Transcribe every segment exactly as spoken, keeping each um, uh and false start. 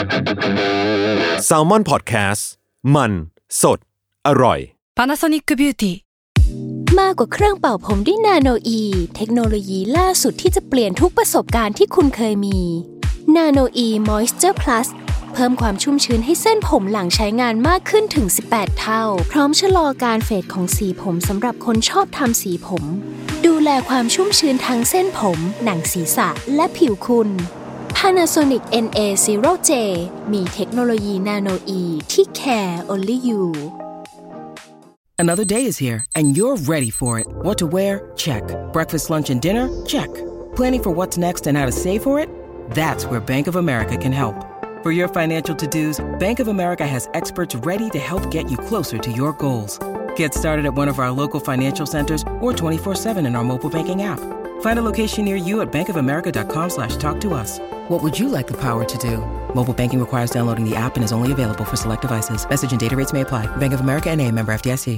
Salmon Podcast มันสดอร่อย Panasonic Beauty มากกว่าเครื่องเป่าผมด้วยนาโนอีเทคโนโลยีล่าสุดที่จะเปลี่ยนทุกประสบการณ์ที่คุณเคยมีนาโนอี Moisture Plus เพิ่มความชุ่มชื้นให้เส้นผมหลังใช้งานมากขึ้นถึงสิบแปดเท่าพร้อมชะลอการเฟดของสีผมสำหรับคนชอบทำสีผมดูแลความชุ่มชื้นทั้งเส้นผมหนังศีรษะและผิวคุณ Panasonic เอ็น เอ ศูนย์ เจ มีเทคโนโลยีนาโนอีที่ care only you Another day is here, and you're ready for it. What to wear? Check. Breakfast, lunch, and dinner? Check. Planning for what's next and how to save for it? That's where Bank of America can help. For your financial to-dos, Bank of America has experts ready to help get you closer to your goals. Get started at one of our local financial centers or twenty-four seven in our mobile banking app. Find a location near you at bankofamerica.com slash talk to us. What would you like the power to do? Mobile banking requires downloading the app and is only available for select devices. Message and data rates may apply. Bank of America N A, member F D I C.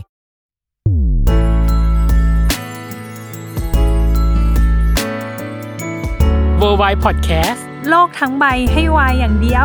Worldwide Podcast โลกทั้งใบให้วายอย่างเดียว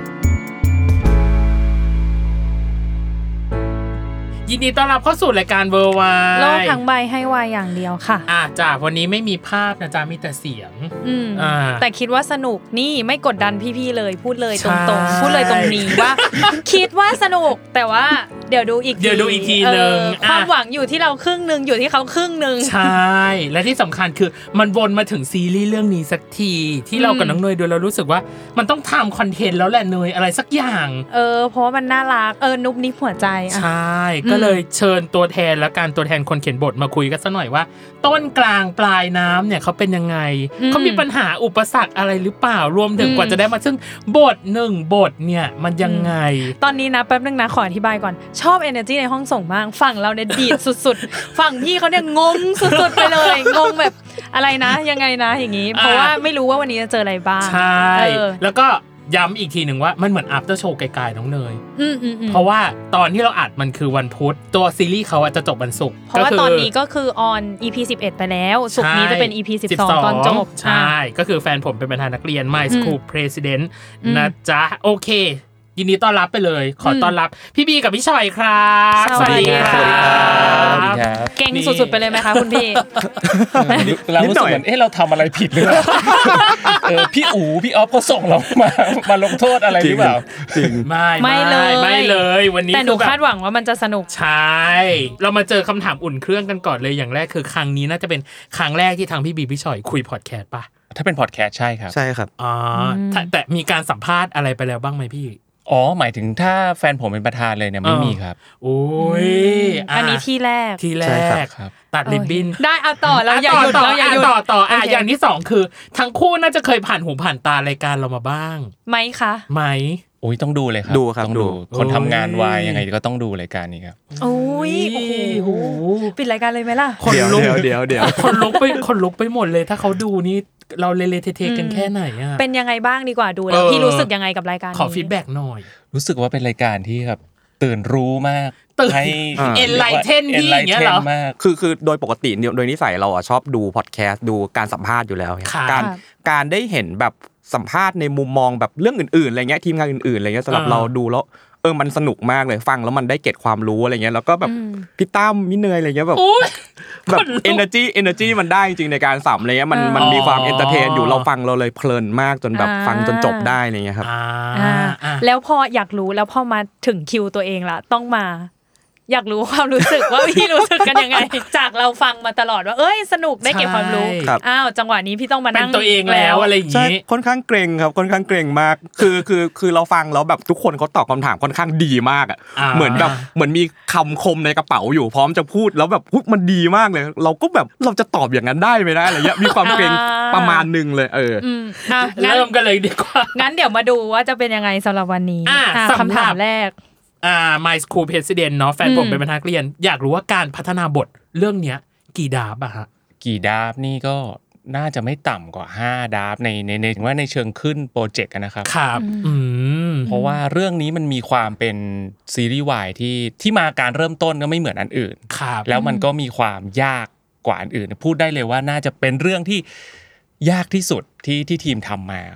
ยินดีต้อนรับเข้าสู่รายการ Worldwide โลกทั้งใบให้วายอย่างเดียวค่ะอ่ะจ้ะวันนี้ไม่มีภาพนะจ๊ะมีแต่เสียงอืมอ่าแต่คิดว่าสนุกนี่ไม่กดดันพี่ๆเลยพูดเลยตรงๆพูดเลยตรงนี้ว่าคิดว่าสนุกแต่ว่าเดี๋ยวดูอีกทีเดี๋ยวดูอีกทีนึงความหวังอยู่ที่เราครึ่งนึงอยู่ที่เขาครึ่งนึงใช่และที่สำคัญคือมันวนมาถึงซีรีส์เรื่องนี้สักทีที่เรากับน้องเนยดูเรารู้สึกว่ามันต้องทำคอนเทนต์แล้วแหละเนยอะไรสักอย่างเออเพราะว่ามันน่ารักเออนุบนิบหัวใจใช่ก็เลยเชิญตัวแทนและการตัวแทนคนเขียนบทมาคุยกันซะหน่อยว่าต้นกลางปลายน้ำเนี่ยเขาเป็นยังไงเขามีปัญหาอุปสรรคอะไรหรือเปล่ารวมถึงกว่าจะได้มาซึ่งบทหนึ่งบทเนี่ยมันยังไงตอนนี้นะแป๊บนึงนะขออธิบายก่อนชอบ energy ในห้องส่งมากฝั่งเราเนี่ยดีดสุดๆฝั่งพี่เขาเนี่ยงงสุดๆไปเลยงงแบบอะไรนะยังไงนะอย่างงี้เพราะว่าไม่รู้ว่าวันนี้จะเจออะไรบ้างใช่แล้วก็ย้ำอีกทีหนึ่งว่ามันเหมือน after show ไกลๆน้องเนยเพราะว่าตอนที่เราอัดมันคือวันพุธตัวซีรีส์เขาจะจบวันศุกร์เพราะว่าตอนนี้ก็คือ on อี พี สิบเอ็ดไปแล้วศุกร์นี้จะเป็น อี พี สิบสองตอนจบใช่ก็คือแฟนผมเป็นประธานนักเรียน My School President นะจ๊ะโอเคยินดีต้อนรับไปเลยขอต้อนรับพี่บีกับพี่ชอยครับสวัสดีครับเก่งสุดๆไปเลยไหมคะคุณพี่เรารู้สึกเหมือนเอ๊ะเราทำอะไรผิดหรือเปล่าเออพี่อู๋พี่ออฟก็ส่งเรามามาลงโทษอะไรหรือเปล่าจริงไม่ไม่เลยไม่เลยวันนี้แต่หนูคาดหวังว่ามันจะสนุกใช่เรามาเจอคำถามอุ่นเครื่องกันก่อนเลยอย่างแรกคือครั้งนี้น่าจะเป็นครั้งแรกที่ทางพี่บีพี่ชอยคุยพอดแคสต์ป่ะถ้าเป็นพอดแคสต์ใช่ครับใช่ครับอ๋อแต่มีการสัมภาษณ์อะไรไปแล้วบ้างไหมพี่อ๋อหมายถึงถ้าแฟนผมเป็นประธานเลยเนี่ยไม่มีครับโอ้ยอันนี้ที่แรกที่แรกตัดริบบิ้นได้เอาต่อแล้วอย่าหยุดเราอย่าหยุดต่อต่ออ่ะอย่างที่สองคือทั้งคู่น่าจะเคยผ่านหูผ่านตารายการเรามาบ้างไหมคะไหมโอ้ยต้องดูเลยครับดูครับต้องดูคนทำงานวายยังไงก็ต้องดูรายการนี้ครับโอ้ยโอ้โหปิดรายการเลยไหมล่ะเดี๋ยวเดี๋ยวเดี๋ยวเดี๋ยวคนลุกไปคนลุกไปหมดเลยถ้าเขาดูนี่เราเละๆเทๆกันแค่ไหนอ่ะเป็นยังไงบ้างดีกว่าดูแล้วพี่รู้สึกยังไงกับรายการนี้ขอฟีดแบ็กหน่อยรู้สึกว่าเป็นรายการที่แบบตื่นรู้มากให้เอ็นไลท์เทนพี่อย่างเงี้ยเหรอคือคือโดยปกติโดยนิสัยเราอ่ะชอบดูพอดแคสต์ดูการสัมภาษณ์อยู่แล้วการการได้เห็นแบบสัมภาษณ์ในมุมมองแบบเรื่องอื่นๆอะไรเงี้ยทีมงานอื่นๆอะไรเงี้ยสำหรับเราดูแล้วเออมันสนุกมากเลยฟังแล้วมันได้เก็ทความรู้อะไรเงี้ยแล้วก็แบบพี่ตั้มพี่เนยอะไรเงี้ยแบบแบบ energy energy มันได้จริงในการสัมอะไรเงี้ยมันมันมีความเอนเตอร์เทนอยู่เราฟังเราเลยเพลินมากจนแบบฟังจนจบได้อะไรเงี้ยครับแล้วพออยากรู้แล้วพอมาถึงคิวตัวเองล่ะต้องมาอยากรู้ความรู้สึกว่าพี่รู้สึกกันยังไงจากเราฟังมาตลอดว่าเอ้ยสนุกได้เก็บความรู้อ้าวจังหวะนี้พี่ต้องมานั่งเป็นตัวเองแล้วอะไรอย่างงี้ค่อนข้างเกรงครับค่อนข้างเกรงมากคือคือคือเราฟังแล้วแบบทุกคนเขาตอบคำถามค่อนข้างดีมากอ่ะเหมือนแบบเหมือนมีคำคมในกระเป๋าอยู่พร้อมจะพูดแล้วแบบมันดีมากเลยเราก็แบบเราจะตอบอย่างนั้นได้ไหมนะอะไรเงี้ยมีความเกรงประมาณนึงเลยเออเริ่มกันเลยดีกว่างั้นเดี๋ยวมาดูว่าจะเป็นยังไงสำหรับวันนี้คำถามแรกอ่า My School President เนาะแฟนผมเป็นประธานนักเรียนอยากรู้ว่าการพัฒนาบทเรื่องเนี้ยกี่ดราฟอะฮะกี่ดราฟนี่ก็น่าจะไม่ต่ำกว่าห้าดราฟในในในถึงว่าในเชิงขึ้นโปรเจกต์นะครับครับอืมเพราะว่าเรื่องนี้มันมีความเป็นซีรีส์วายที่ที่มาการเริ่มต้นก็ไม่เหมือนอันอื่นครับแล้วมันก็มีความยากกว่าอันอื่นพูดได้เลยว่าน่าจะเป็นเรื่องที่ยากที่สุดที่ที่ทีมทำมาครับโห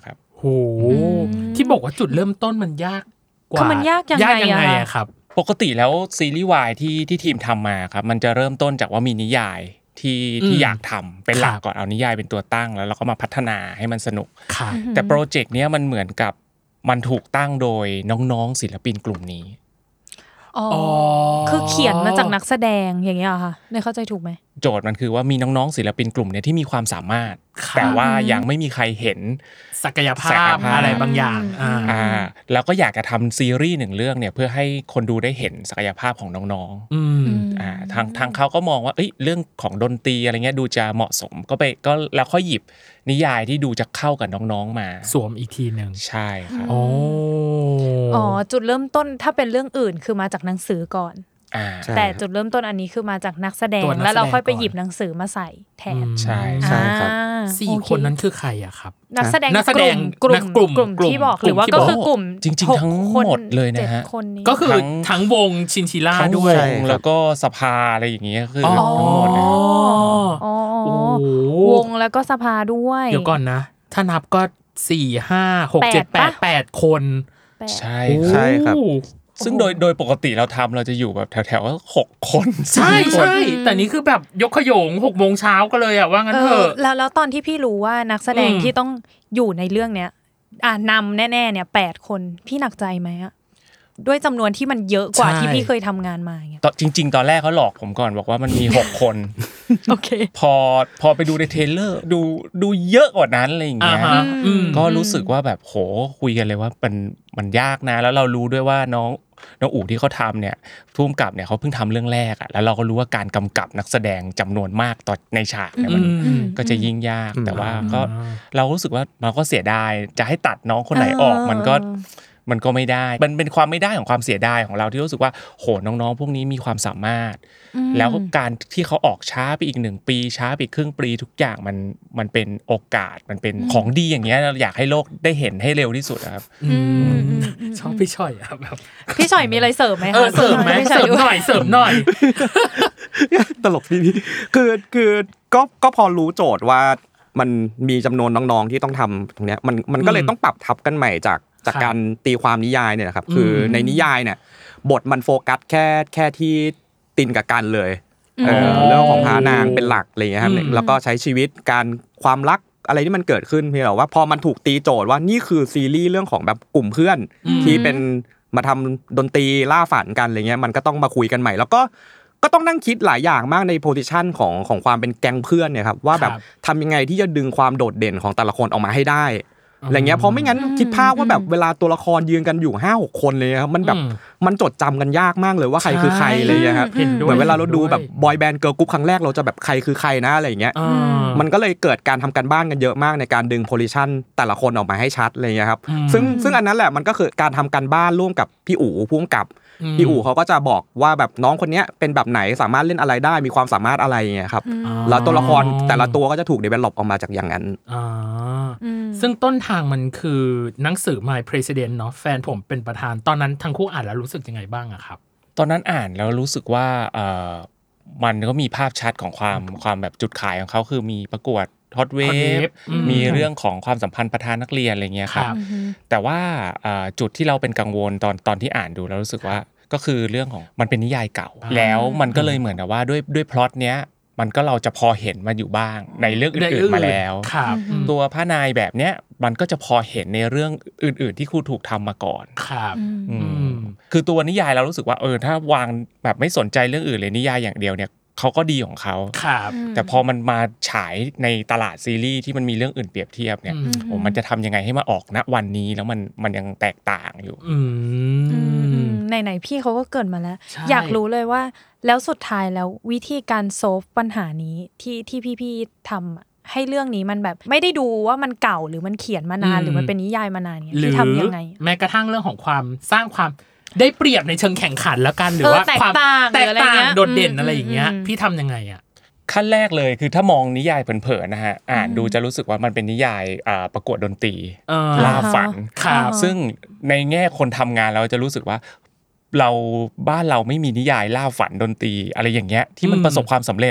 ที่บอกว่าจุดเริ่มต้นมันยากกว่ามันยากยังไงอะครับปกติแล้วซีรีส์วายที่ที่ทีมทำมาครับมันจะเริ่มต้นจากว่ามีนิยายที่ที่อยากทำเป็นหลักก่อนเอานิยายเป็นตัวตั้งแล้วเราก็มาพัฒนาให้มันสนุกแต่โปรเจกต์เนี้ยมันเหมือนกับมันถูกตั้งโดยน้องๆศิลปินกลุ่มนี้อ๋อคือเขียนมาจากนักแสดงอย่างเงี้ยค่ะได้เข้าใจถูกไหมโจทย์มันคือว่ามีน้องๆศิลปินกลุ่มเนี้ยที่มีความสามารถแต่ว่ายังไม่มีใครเห็นศักยภาพอะไรบางอย่างอ่าแล้วก็อยากจะทำซีรีส์หนึ่งเรื่องเนี่ยเพื่อให้คนดูได้เห็นศักยภาพของน้องๆอ่าทางทางเขาก็มองว่าเอ้ยเรื่องของดนตรีอะไรเงี้ยดูจะเหมาะสมก็ไปก็แล้วค่อยหยิบนิยายที่ดูจะเข้ากับน้องๆมาสวมอีกทีนึงใช่ครับอ๋ออ๋อจุดเริ่มต้นถ้าเป็นเรื่องอื่นคือมาจากหนังสือก่อนแต่จุดเริ่มต้นอันนี้คือมาจากนักแสดงแล้วเราค่อยไปหยิบหนังสือมาใส่แทนใช่ใช่ครับสี่คนนั้นคือใครอะครับนักแสดงนักแสดงกลุ่มกลุ่มกลุ่มที่บอกหรือว่าก็คือกลุ่มจริงๆทั้งหมดเลยนะฮะก็คือทั้งวงชินชิล่าด้วยแล้วก็สภาอะไรอย่างเงี้ยคือทั้งหมดนะอ๋อวงแล้วก็สภาด้วยเดี๋ยวก่อนนะถ้านับก็สี่ ห้า หก เจ็ด แปด แปดคนใช่ใช่ครับซึ่งโดยโดยปกติเราทำเราจะอยู่แบบแถวๆหกคนใช่ใช่แต่นี่คือแบบยกขยงหกโมงเช้าก็เลยอ่ะว่างั้นเถอะแล้วแล้วตอนที่พี่รู้ว่านักแสดงที่ต้องอยู่ในเรื่องเนี้ยอ่านำแน่ๆเนี่ยแปดคนพี่หนักใจไหมอะด้วยจำนวนที่มันเยอะกว่าที่พี่เคยทำงานมาอย่างเงี้ยจริงๆตอนแรกเขาหลอกผมก่อนบอกว่ามันมีหกคนโอเคพอพอไปดูในเทรลเลอร์ดูดูเยอะกว่านั้นอะไรอย่างเงี้ยก็รู้สึกว่าแบบโหคุยกันเลยว่ามันมันยากนะแล้วเรารู้ด้วยว่าน้องน้องอู๋ที่เขาทำเนี่ยทุ่มกับเนี่ยเขาเพิ่งทำเรื่องแรกอ่ะแล้วเราก็รู้ว่าการกำกับนักแสดงจำนวนมากต่อในฉากเนี่ยมันก็จะยิ่งยากแต่ว่าก็เรารู้สึกว่าเราก็เสียดายจะให้ตัดน้องคนไหนออกมันก็มันก็ไม่ได้มันเป็นความไม่ได้ของความเสียดายของเราที่รู้สึกว่าโหน้องๆพวกนี้มีความสามารถแล้วการที่เขาออกช้าไปอีกหนึ่งปีช้าไปครึ่งปีทุกอย่างมันมันเป็นโอกาสมันเป็นของดีอย่างเงี้ยเราอยากให้โลกได้เห็นให้เร็วที่สุดครับชอบพี่ช่อยครับแบบพี่ช่อยมีอะไรเสริมไหมคะเสริมไหมเสริมหน่อยเสริมหน่อยตลกดีคือคือก็ก็พอรู้โจทย์ว่ามันมีจำนวนน้องๆที่ต้องทำตรงเนี้ยมันมันก็เลยต้องปรับทับกันใหม่จากจากการตีความนิยายเนี่ยนะครับคือในนิยายเนี่ยบทมันโฟกัสแค่แค่ที่ตินกับกันเลยเออเรื่องของพานางเป็นหลักอะไรอย่างเงี้ยครับแล้วก็ใช้ชีวิตการความรักอะไรที่มันเกิดขึ้นเพียงแต่ว่าพอมันถูกตีโจทย์ว่านี่คือซีรีส์เรื่องของแบบกลุ่มเพื่อนที่เป็นมาทำดนตรีล่าฝันกันอะไรเงี้ยมันก็ต้องมาคุยกันใหม่แล้วก็ก็ต้องนั่งคิดหลายอย่างมากในโพสิชันของของความเป็นแก๊งเพื่อนเนี่ยครับว่าแบบทำยังไงที่จะดึงความโดดเด่นของแต่ละคนออกมาให้ได้อะไรเงี้ยเพราะไม่งั้นคิดภาพว่าแบบเวลาตัวละครยืนกันอยู่ ห้าหก คนเลยครับมันแบบมันจดจำกันยากมากเลยว่าใครคือใครอะไรเงี้ยครับเหมือนเวลาเราดูแบบบอยแบนด์เกิร์ลกรุ๊ปครั้งแรกเราจะแบบใครคือใครนะอะไรอย่างเงี้ยมันก็เลยเกิดการทำกันบ้านกันเยอะมากในการดึงโพสิชันแต่ละคนออกมาให้ชัดอะไรเงี้ยครับซึ่งซึ่งอันนั้นแหละมันก็คือการทำกันบ้านร่วมกับพี่อู๋ผู้กำกับพี่อู๋เขาก็จะบอกว่าแบบน้องคนนี้เป็นแบบไหนสามารถเล่นอะไรได้มีความสามารถอะไรอย่างเงี้ยครับแล้วตัวละครแต่ละตัวก็จะถูก develop ออกมาจากอย่างนั้นซึ่งต้นทางมันคือหนังสือ My President เนาะแฟนผมเป็นประธานตอนนั้นทั้งคู่อ่านแล้วรู้สึกยังไงบ้างอะครับตอนนั้นอ่านแล้วรู้สึกว่าเอ่อมันก็มีภาพชัดของความความแบบจุดขายของเขาคือมีประกวดฮอตเวฟมีเรื่องของความสัมพันธ์ประธานนักเรียนอะไรเงี้ยครับแต่ว่าจุดที่เราเป็นกังวลตอนตอนที่อ่านดูแล้วรู้สึกว่าก็คือเรื่องของมันเป็นนิยายเก่าแล้วมันก็เลยเหมือนกับว่าด้วยด้วยพล็อตเนี้ยมันก็เราจะพอเห็นมาอยู่บ้างในเรื่องอื่นๆมาแล้วตัวพระนายแบบเนี้ยมันก็จะพอเห็นในเรื่องอื่นๆที่ครูถูกทำมาก่อนครับคือตัวนิยายเรารู้สึกว่าเออถ้าวางแบบไม่สนใจเรื่องอื่นเลยนิยายอย่างเดียวเนี่ยเขาก็ดีของเขาแต่พอมันมาฉายในตลาดซีรีส์ที่มันมีเรื่องอื่นเปรียบเทียบเนี่ยโอ้มันจะทำยังไงให้มาออกณวันนี้แล้วมันมันยังแตกต่างอยู่ไหนๆพี่เขาก็เกิดมาแล้วอยากรู้เลยว่าแล้วสุดท้ายแล้ววิธีการโซฟปัญหานี้ที่ที่พี่ๆทำให้เรื่องนี้มันแบบไม่ได้ดูว่ามันเก่าหรือมันเขียนมานานหรือมันเป็นนิยายมานานเนี่ยพี่ทำยังไงแม้กระทั่งเรื่องของความสร้างความได้เปรียบในเชิงแข่งขันแล้วกันหรือว่าความแตกต่างโดดเด่นอะไรอย่างเงี้ยพี่ทำยังไงอ่ะขั้นแรกเลยคือถ้ามองนิยายเผินๆนะฮะอ่านดูจะรู้สึกว่ามันเป็นนิยายประกวดดนตรีล่าฝันซึ่งในแง่คนทำงานเราจะรู้สึกว่าเราบ้านเราไม่มีนิยายล่าฝันดนตรีอะไรอย่างเงี้ยที่มันประสบความสำเร็จ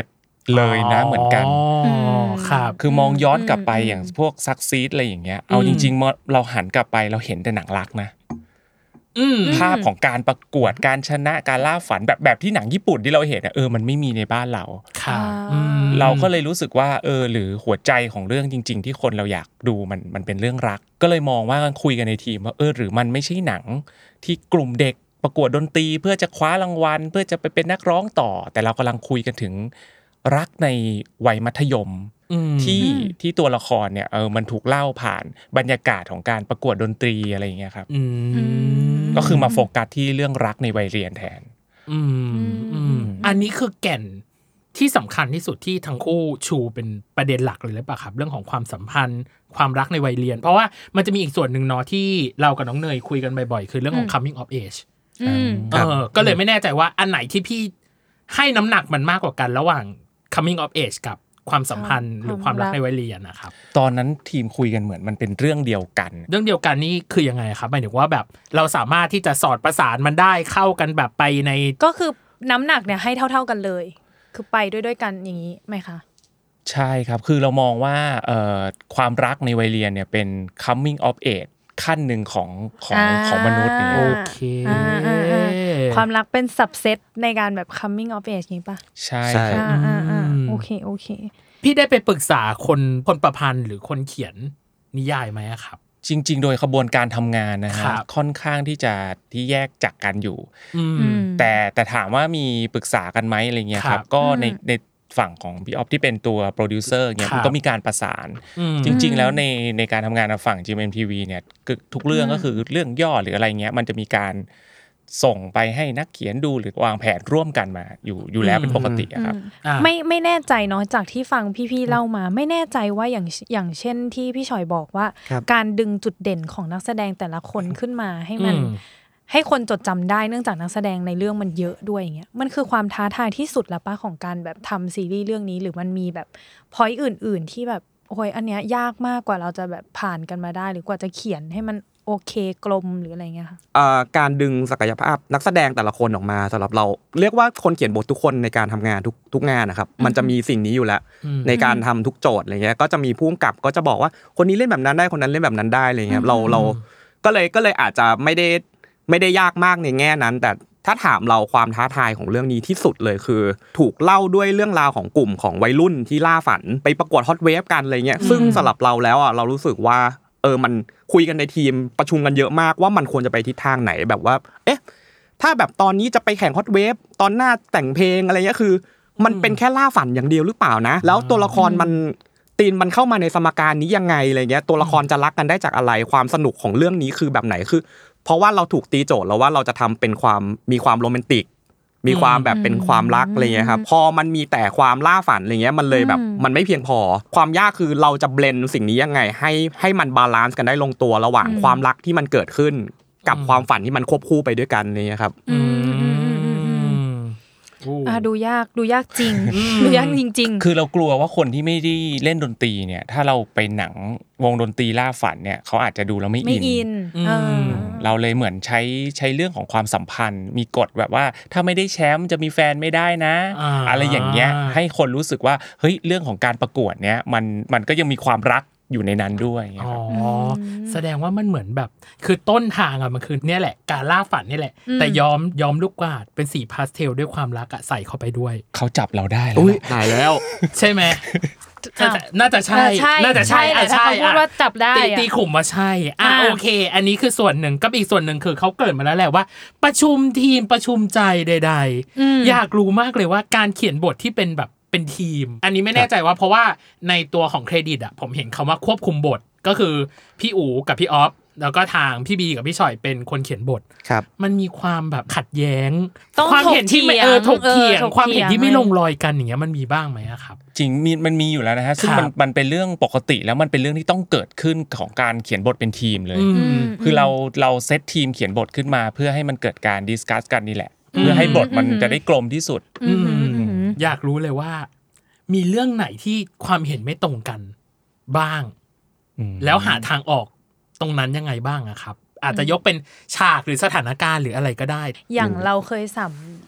เลยนะเหมือนกันครับคือมองย้อนกลับไปอย่างพวกซักซีดอะไรอย่างเงี้ยเอาจริงๆเราหันกลับไปเราเห็นแต่หนังรักนะภาพของการประกวดการชนะการล่าฝันแบบแบบที่หนังญี่ปุ่นที่เราเห็นเออมันไม่มีในบ้านเราเราก็เลยรู้สึกว่าเออหรือหัวใจของเรื่องจริงๆที่คนเราอยากดูมันมันเป็นเรื่องรักก็เลยมองว่าคุยกันในทีมว่าเออหรือมันไม่ใช่หนังที่กลุ่มเด็กประกวดดนตรีเพื่อจะคว้ารางวัลเพื่อจะไปเป็นนักร้องต่อแต่เรากำลังคุยกันถึงรักในวัยมัธยมที่ที่ตัวละครเนี่ยเออมันถูกเล่าผ่านบรรยากาศของการประกวดดนตรีอะไรอย่างเงี้ยครับก็คือมาโฟกัสที่เรื่องรักในวัยเรียนแทนอันนี้คือแก่นที่สำคัญที่สุดที่ทั้งคู่ชูเป็นประเด็นหลักเลยหรือเปล่าครับเรื่องของความสัมพันธ์ความรักในวัยเรียนเพราะว่ามันจะมีอีกส่วนหนึ่งเนาะที่เรากับน้องเนยคุยกันบ่อยๆคือเรื่องของ coming of age เออก็เลยไม่แน่ใจว่าอันไหนที่พี่ให้น้ำหนักมันมากกว่ากันระหว่าง coming of age กับความสัมพันธ์หรือความรักในวัยเรียนนะครับตอนนั้นทีมคุยกันเหมือนมันเป็นเรื่องเดียวกันเรื่องเดียวกันนี่คือยังไงครับหมายถึงว่าแบบเราสามารถที่จะสอดประสานมันได้เข้ากันแบบไปในก็คือน้ำหนักเนี่ยให้เท่าๆกันเลยคือไปด้วยด้วยกันอย่างนี้ไหมคะใช่ครับคือเรามองว่าเอ่อความรักในวัยเรียนเนี่ยเป็น coming of age ขั้นหนึ่งของของของมนุษย์เนี่ยโอเคความรักเป็น subset ในการแบบ coming of age นี้ป่ะใช่โอเคโอเคพี่ได้ไปปรึกษาคนคนประพันธ์หรือคนเขียนนิยายไหมครับจริงๆโดยขบวนการทำงานนะฮะค่อนข้างที่จะที่แยกจากกันอยู่แต่แต่ถามว่ามีปรึกษากันไหมอะไรเงี้ยครับก็ในในฝั่งของพี่ออฟที่เป็นตัวโปรดิวเซอร์เงี้ยก็มีการประสานจริงๆแล้วในในการทำงานฝั่ง จี เอ็ม ที วี เนี่ยทุกเรื่องก็คือเรื่องย่อหรืออะไรเงี้ยมันจะมีการส่งไปให้นักเขียนดูหรือวางแผนร่วมกันมาอยู่อยู่แล้วเป็นปกติครับไม่ไม่แน่ใจเนาะจากที่ฟังพี่ๆเล่ามาไม่แน่ใจว่าอย่างอย่างเช่นที่พี่ชอยบอกว่าการดึงจุดเด่นของนักแสดงแต่ละคนขึ้นมาให้มันให้คนจดจำได้เนื่องจากนักแสดงในเรื่องมันเยอะด้วยอย่างเงี้ยมันคือความท้าทายที่สุดละป่ะของการแบบทำซีรีส์เรื่องนี้หรือมันมีแบบพอยต์อื่นๆที่แบบโอ้ยอันเนี้ยยากมากกว่าเราจะแบบผ่านกันมาได้หรือกว่าจะเขียนให้มันโอเคกลมหรืออะไรเงี้ยค่ะอ่าการดึงศักยภาพนักแสดงแต่ละคนออกมาสำหรับเราเรียกว่าคนเขียนบททุกคนในการทำงานทุกทุกงานนะครับมันจะมีสิ่งนี้อยู่แล้วในการทำทุกโจทย์อะไรเงี้ยก็จะมีผู้กำกับก็จะบอกว่าคนนี้เล่นแบบนั้นได้คนนั้นเล่นแบบนั้นได้อะไรเงี้ยเราเราก็เลยก็เลยอาจจะไม่ได้ไม่ได้ยากมากในแง่นั้นแต่ถ้าถามเราความท้าทายของเรื่องนี้ที่สุดเลยคือถูกเล่าด้วยเรื่องราวของกลุ่มของวัยรุ่นที่ล่าฝันไปประกวดฮอตเวฟกันอะไรเงี้ยซึ่งสำหรับเราแล้วอ่ะเรารู้สึกว่าเออมันคุยกันในทีมประชุมกันเยอะมากว่ามันควรจะไปทิศทางไหนแบบว่าเอ๊ะถ้าแบบตอนนี้จะไปแข่งฮอตเวฟตอนหน้าแต่งเพลงอะไรเงี้ยคือมันเป็นแค่ล่าฝันอย่างเดียวหรือเปล่านะแล้วตัวละครมันตีนมันเข้ามาในสมการนี้ยังไงอะไรเงี้ยตัวละครจะรักกันได้จากอะไรความสนุกของเรื่องนี้คือแบบไหนคือเพราะว่าเราถูกตีโจทย์แล้วว่าเราจะทำเป็นความมีความโรแมนติกมีความแบบเป็นความรักอะไรเงี้ยครับพอมันมีแต่ความล่าฝันอะไรเงี้ยมันเลยแบบมันไม่เพียงพอความยากคือเราจะเบลนด์สิ่งนี้ยังไงให้ให้มันบาลานซ์กันได้ลงตัวระหว่างความรักที่มันเกิดขึ้นกับความฝันที่มันควบคู่ไปด้วยกันนี่ครับอ่ะดูยากดูยากจริงดูยากจริงๆคือเรากลัวว่าคนที่ไม่ได้เล่นดนตรีเนี่ยถ้าเราไปหนังวงดนตรีล่าฝันเนี่ยเขาอาจจะดูแล้วไม่อินเราเลยเหมือนใช้ใช้เรื่องของความสัมพันธ์มีกฎแบบว่าถ้าไม่ได้แชมป์จะมีแฟนไม่ได้นะอะไรอย่างเงี้ยให้คนรู้สึกว่าเฮ้ยเรื่องของการประกวดเนี้ยมันมันก็ยังมีความรักอยู่ในนั้นด้วยอ๋อแสดงว่ามันเหมือนแบบคือต้นทางอ่ะมันคือเนี่ยแหละการล่าฝันนี่แหละแต่ย้อมย้อมลูกกวาดเป็นสีพาสเทลด้วยความรักอ่ะใส่เข้าไปด้วยเขาจับเราได้แล้วตายแล้วใช่ไหมน่าจะใช่น่าจะใช่อ่ะใช่พูดว่าจับได้ตีขุมว่าใช่อ่ะโอเคอันนี้คือส่วนหนึ่งกับอีกส่วนหนึ่งคือเขาเกิดมาแล้วแหละว่าประชุมทีมประชุมใจใดๆอยากรู้มากเลยว่าการเขียนบทที่เป็นแบบเป็นทีมอันนี้ไม่แน่ใจว่าเพราะว่าในตัวของเครดิตอ่ะผมเห็นคำว่าควบคุมบทก็คือพี่อู๋กับพี่ออฟแล้วก็ทางพี่บีกับพี่ชอยเป็นคนเขียนบทมันมีความแบบขัดแย้งความเห็นที่ไม่เออถกเถียงความเห็นที่ไม่ลงรอยกันอย่างเงี้ยมันมีบ้างไหมครับจริงมีมันมีอยู่แล้วนะฮะซึ่งมันมันเป็นเรื่องปกติแล้วมันเป็นเรื่องที่ต้องเกิดขึ้นของการเขียนบทเป็นทีมเลยคือเราเราเซตทีมเขียนบทขึ้นมาเพื่อให้มันเกิดการดิสคัสกันนี่แหละเพื่อให้บทมันจะได้กลมที่สุดอยากรู้เลยว่ามีเรื่องไหนที่ความเห็นไม่ตรงกันบ้างแล้วหาทางออกตรงนั้นยังไงบ้างอะครับอาจจะยกเป็นฉากหรือสถานการณ์หรืออะไรก็ได้อย่างเราเคยสัม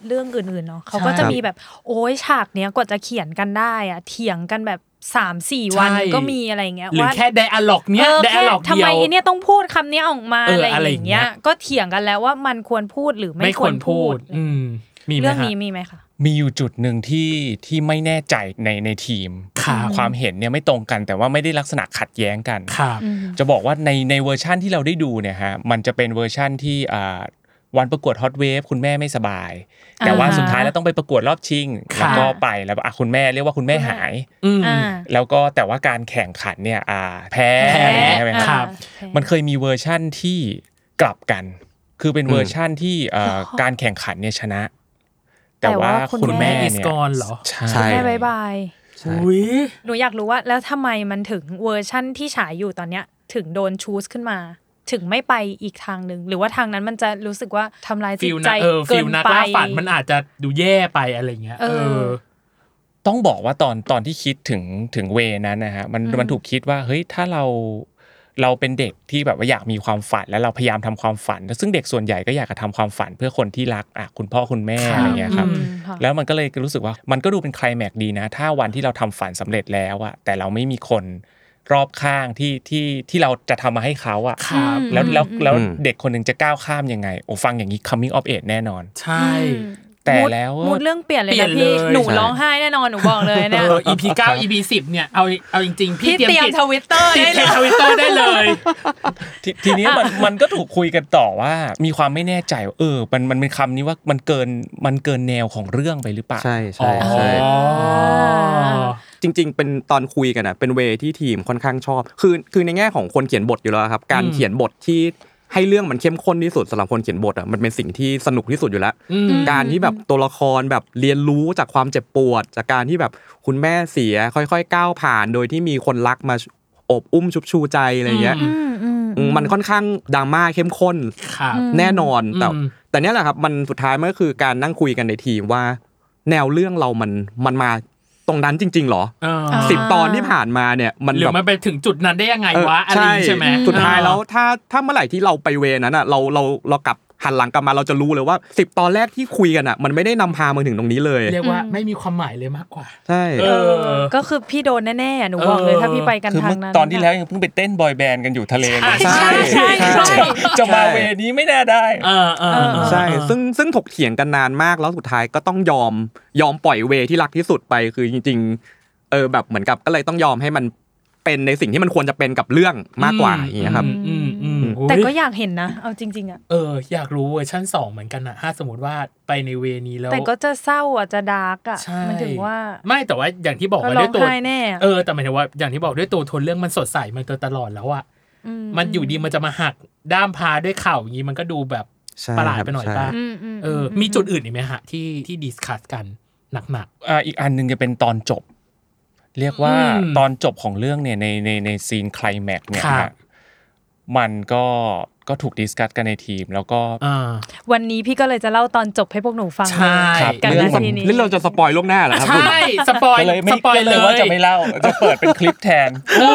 เรื่องอื่นๆเนาะเขาก็จะมีแบบโอ้ยฉากเนี้ยกว่าจะเขียนกันได้อะเถียงกันแบบ สามสี่ วันก็มีอะไรเงี้ยหรือแค่ไดอะล็อกเนี้ยไดอะล็อกเดียวทำไมเนี่ยต้องพูดคำนี้ออกมาอะไรอย่างเงี้ยก็เถียงกันแล้วว่ามันควรพูดหรือไม่ควรพูดอืมมีมั้ยเรื่องนี้มีมั้ยคะมีอยู่จุดนึงที่ที่ไม่แน่ใจในในทีมความเห็นเนี่ยไม่ตรงกันแต่ว่าไม่ได้ลักษณะขัดแย้งกันจะบอกว่าในในเวอร์ชั่นที่เราได้ดูเนี่ยฮะมันจะเป็นเวอร์ชั่นที่อ่าวันประกวดฮอตเวฟคุณแม่ไม่สบายแต่ว่าสุดท้ายแล้วต้องไปประกวดรอบชิงแล้วก็ไปแล้วอ่ะคุณแม่เรียกว่าคุณแม่หายแล้วก็แต่ว่าการแข่งขันเนี่ยอ่าแพ้ใช่มั้ยครับมันเคยมีเวอร์ชั่นที่กลับกันคือเป็นเวอร์ชั่นที่เอ่อการแข่งขันเนี่ยชนะแต่ว่าคุณแม่อิสกอนเหรอใช่บ๊ายบายอุ๊ยหนูอยากรู้ว่าแล้วทำไมมันถึงเวอร์ชั่นที่ฉายอยู่ตอนเนี้ยถึงโดนชูสขึ้นมาถึงไม่ไปอีกทางนึงหรือว่าทางนั้นมันจะรู้สึกว่าทำลายจิตใจเกินไปฝันมันอาจจะดูแย่ไปอะไรเงี้ยเออต้องบอกว่าตอนตอนที่คิดถึงถึงเวนั้นนะฮะมันมันถูกคิดว่าเฮ้ยถ้าเราเราเป็นเด็กที่แบบว่าอยากมีความฝันแล้วเราพยายามทำความฝันซึ่งเด็กส่วนใหญ่ก็อยากจะทำความฝันเพื่อคนที่รักอ่ะคุณพ่อคุณแม่อะไรเงี้ยครับแล้วมันก็เลยรู้สึกว่ามันก็ดูเป็นไคลแม็กซ์ดีนะถ้าวันที่เราทำฝันสำเร็จแล้วอะแต่เราไม่มีคนรอบข้างที่ที่ที่เราจะทำมาให้เขาอ่ะแล้วแล้วแล้วเด็กคนนึงจะก้าวข้ามยังไงโอ้ฟังอย่างนี้ coming of age แน่นอนใช่แต่แล้วมูดเรื่องเปลี่ยนเลยนะพี่หนูร้องไห้แน่นอนหนูบอกเลยเนี่ยอี พี เก้า อี พี สิบเนี่ยเอาเอาจริงๆพี่เตรียม Twitter ได้เลย Twitter ได้เลยทีนี้มันมันก็ถูกคุยกันต่อว่ามีความไม่แน่ใจเออมันมันเป็นคำนี้ว่ามันเกินมันเกินแนวของเรื่องไปหรือเปล่าใช่ใช่ใช่จริงๆเป็นตอนคุยกันอ่ะเป็นเวที่ทีมค่อนข้างชอบคือคือในแง่ของคนเขียนบทอยู่แล้วครับการเขียนบทที่ให้เรื่องมันเข้มข้นที่สุดสำหรับคนเขียนบทอ่ะมันเป็นสิ่งที่สนุกที่สุดอยู่แล้วการที่แบบตัวละครแบบเรียนรู้จากความเจ็บปวดจากการที่แบบคุณแม่เสียค่อยๆก้าวผ่านโดยที่มีคนรักมาอบอุ้มชุบชูใจอะไรเงี้ยมันค่อนข้างดราม่าเข้มข้นแน่นอนแต่แต่เนี้ยแหละครับมันสุดท้ายมันก็คือการนั่งคุยกันในทีมว่าแนวเรื่องเรามันมันมาตรงนั้นจริงๆหรอสิบตอนที่ผ่านมาเนี่ยมันหรือมันไปถึงจุดนั้นได้ยังไงวะอะไรใช่ไหมสุดท้ายแล้วถ้าถ้าเมื่อไหร่ที่เราไปเวนั้นอ่ะเราเราเรากลับหันหลังกลับมาเราจะรู้เลยว่าสิบตอนแรกที่คุยกันอ่ะมันไม่ได้นำพามาถึงตรงนี้เลยเรียกว่าไม่มีความหมายเลยมากกว่าใช่ก็คือพี่โดนแน่ๆหนูบอกเลยถ้าพี่ไปกันทางนั้นตอนที่แล้วยังเพิ่งไปเต้นบอยแบนด์กันอยู่ทะเลใช่ใช่ใช่จะมาเวนี้ไม่น่าได้ใช่ซึ่งซึ่งถกเถียงกันนานมากแล้วสุดท้ายก็ต้องยอมยอมปล่อยเวที่รักที่สุดไปคือจริงๆเออแบบเหมือนกับก็เลยต้องยอมให้มันเป็นในสิ่งที่มันควรจะเป็นกับเรื่องมากกว่าอย่างเงี้ยครับแต่ก็อยากเห็นนะเอาจริงๆอ่ะเอออยากรู้เวอร์ชั่นสองเหมือนกันนะถ้าสมมติว่าไปในเวนี้แล้วแต่ก็จะเศร้าอ่ะจะดาร์กอ่ะมันถึงว่าไม่แต่ว่าอย่างที่บอกว่าด้วยตัวเออแต่หมายถึงว่าอย่างที่บอกด้วยตัวทนเรื่องมันสดใสมันตลอดแล้วอ่ะมันอยู่ดีมันจะมาหักด้ามพาด้วยเข่าอย่างงี้มันก็ดูแบบประหลาดไปหน่อยป่ะเออมีจุดอื่นอีกไหมฮะที่ที่ดิสคัสกันหนักๆอ่าอีกอันนึงจะเป็นตอนจบเรียกว่าตอนจบของเรื่องเนี่ยในในในซีนไคลแม็กซ์เนี่ยฮะมันก็ก็ถูกดิสคัสกันในทีมแล้วก็วันนี้พี่ก็เลยจะเล่าตอนจบให้พวกหนูฟังกันนาทีนี้แล้วเราจะสปอยล่วงหน้าเหรอครับใช่สปอยเลยสปอยเลยว่าจะไม่เล่าจะเปิดเป็นคลิปแทน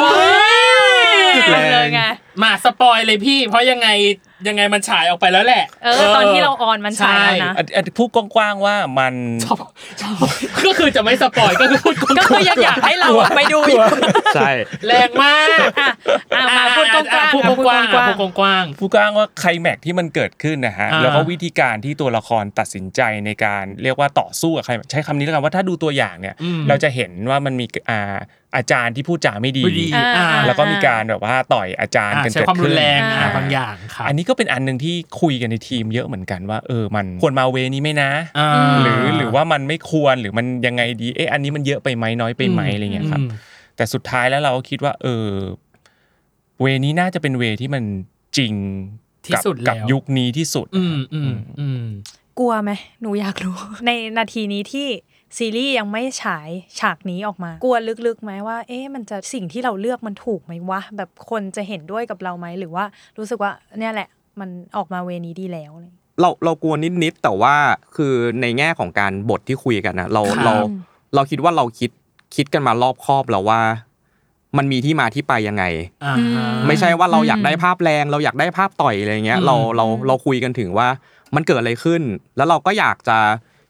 เลยไงมาสปอยเลยพี่เพราะยังไงยังไงมันฉายออกไปแล้วแหละเออตอนที่เราออนมันฉายแล้วนะพูดกว้างๆว่ามันก็คือจะไม่สปอยก็คือพูดก็คืออยากให้เราไปดูใช่แรงมากอ่ะมาพูดกว้างๆพูดกว้างๆพูดกว้างๆพูดกว้างว่าไคลแม็กซ์ที่มันเกิดขึ้นนะฮะแล้วก็วิธีการที่ตัวละครตัดสินใจในการเรียกว่าต่อสู้กับใครใช้คำนี้แล้วกันว่าถ้าดูตัวอย่างเนี่ยเราจะเห็นว่ามันมีอ่าอาจารย์ที่พูดจาไม่ดีแล้วก็มีการแบบว่าต่อยอาจารย์กันเกิดขึ้นใช้ความรุนแรงบางอย่างครับอันนี้ก็เป็นอันนึงที่คุยกันในทีมเยอะเหมือนกันว่าเออมันควรมาเวนี้มั้ยนะหรือหรือว่ามันไม่ควรหรือมันยังไงดีเอ๊ะอันนี้มันเยอะไปมั้ยน้อยไปมั้ยอะไรเงี้ยครับแต่สุดท้ายแล้วเราก็คิดว่าเออเวนี้น่าจะเป็นเวที่มันจริงกับกับยุคนี้ที่สุดอืมๆๆกลัวมั้ยหนูอยากรู้ในนาทีนี้ที่ซีรีส์ยังไม่ฉายฉากนี้ออกมากลัวลึกๆไหมว่าเอ๊ะมันจะสิ่งที่เราเลือกมันถูกไหมวะแบบคนจะเห็นด้วยกับเราไหมหรือว่ารู้สึกว่าเนี่ยแหละมันออกมาเวนี้ดีแล้วเราเรากลัวนิดๆแต่ว่าคือในแง่ของการบทที่คุยกันนะเราเราเราคิดว่าเราคิดคิดกันมารอบคอบแล้วว่ามันมีที่มาที่ไปยังไงไม่ใช่ว่าเราอยากได้ภาพแรงเราอยากได้ภาพต่อยอะไรเงี้ยเราเราเราคุยกันถึงว่ามันเกิดอะไรขึ้นแล้วเราก็อยากจะ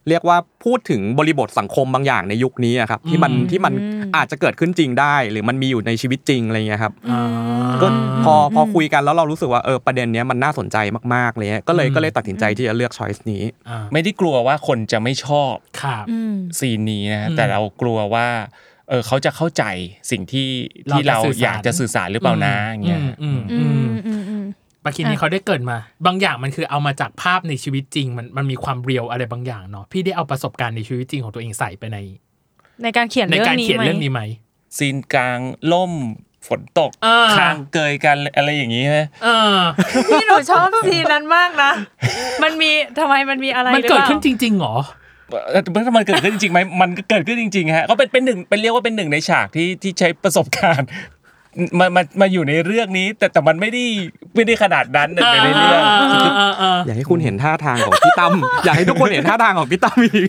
เรียกว่าพูดถึงบริบทสังคมบางอย่างในยุคนี้ครับที่มันที่มันอาจจะเกิดขึ้นจริงได้หรือมันมีอยู่ในชีวิตจริงอะไรเงี้ยครับก็พอพอคุยกันแล้วเรารู้สึกว่าเออประเด็นเนี้ยมันน่าสนใจมากๆเลยก็เลยก็เลยตัดสินใจที่จะเลือก choice นี้ไม่ได้กลัวว่าคนจะไม่ชอบซีนนี้นะแต่เรากลัวว่าเออเขาจะเข้าใจสิ่งที่ที่เราอยากจะสื่อสารหรือเปล่านะอย่างเงี้ยปาคินนี้เขาได้เกิดมาบางอย่างมันคือเอามาจากภาพในชีวิตจริงมันมันมีความเรียลอะไรบางอย่างเนาะพี่ได้เอาประสบการณ์ในชีวิตจริงของตัวเองใส่ไปในในการเขียนเรื่องนี้มั้ยในการเขียนเรื่องนี้มั้ยซีนกลางล่มฝนตกข้างเกยกันอะไรอย่างงี้มั้ยเออพี่หนูชอบซีนนั้นมากนะมันมีทำไมมันมีอะไรมันเกิดขึ้นจริงๆหรอมันมันเกิดขึ้นจริงมั้ยมันก็เกิดขึ้นจริงๆฮะก็เป็นเป็นหนึ่งเป็นเรียกว่าเป็นหนึ่งในฉากที่ที่ใช้ประสบการณ์มามามาอยู่ในเรื่องนี้แต่แต่มันไม่ได้ไม่ได้ขนาดนั้นในเรื่องอยากให้คุณเห็นท่าทางของพี่ตั้มอยากให้ทุกคนเห็นท่าทางของพี่ตั้มอีก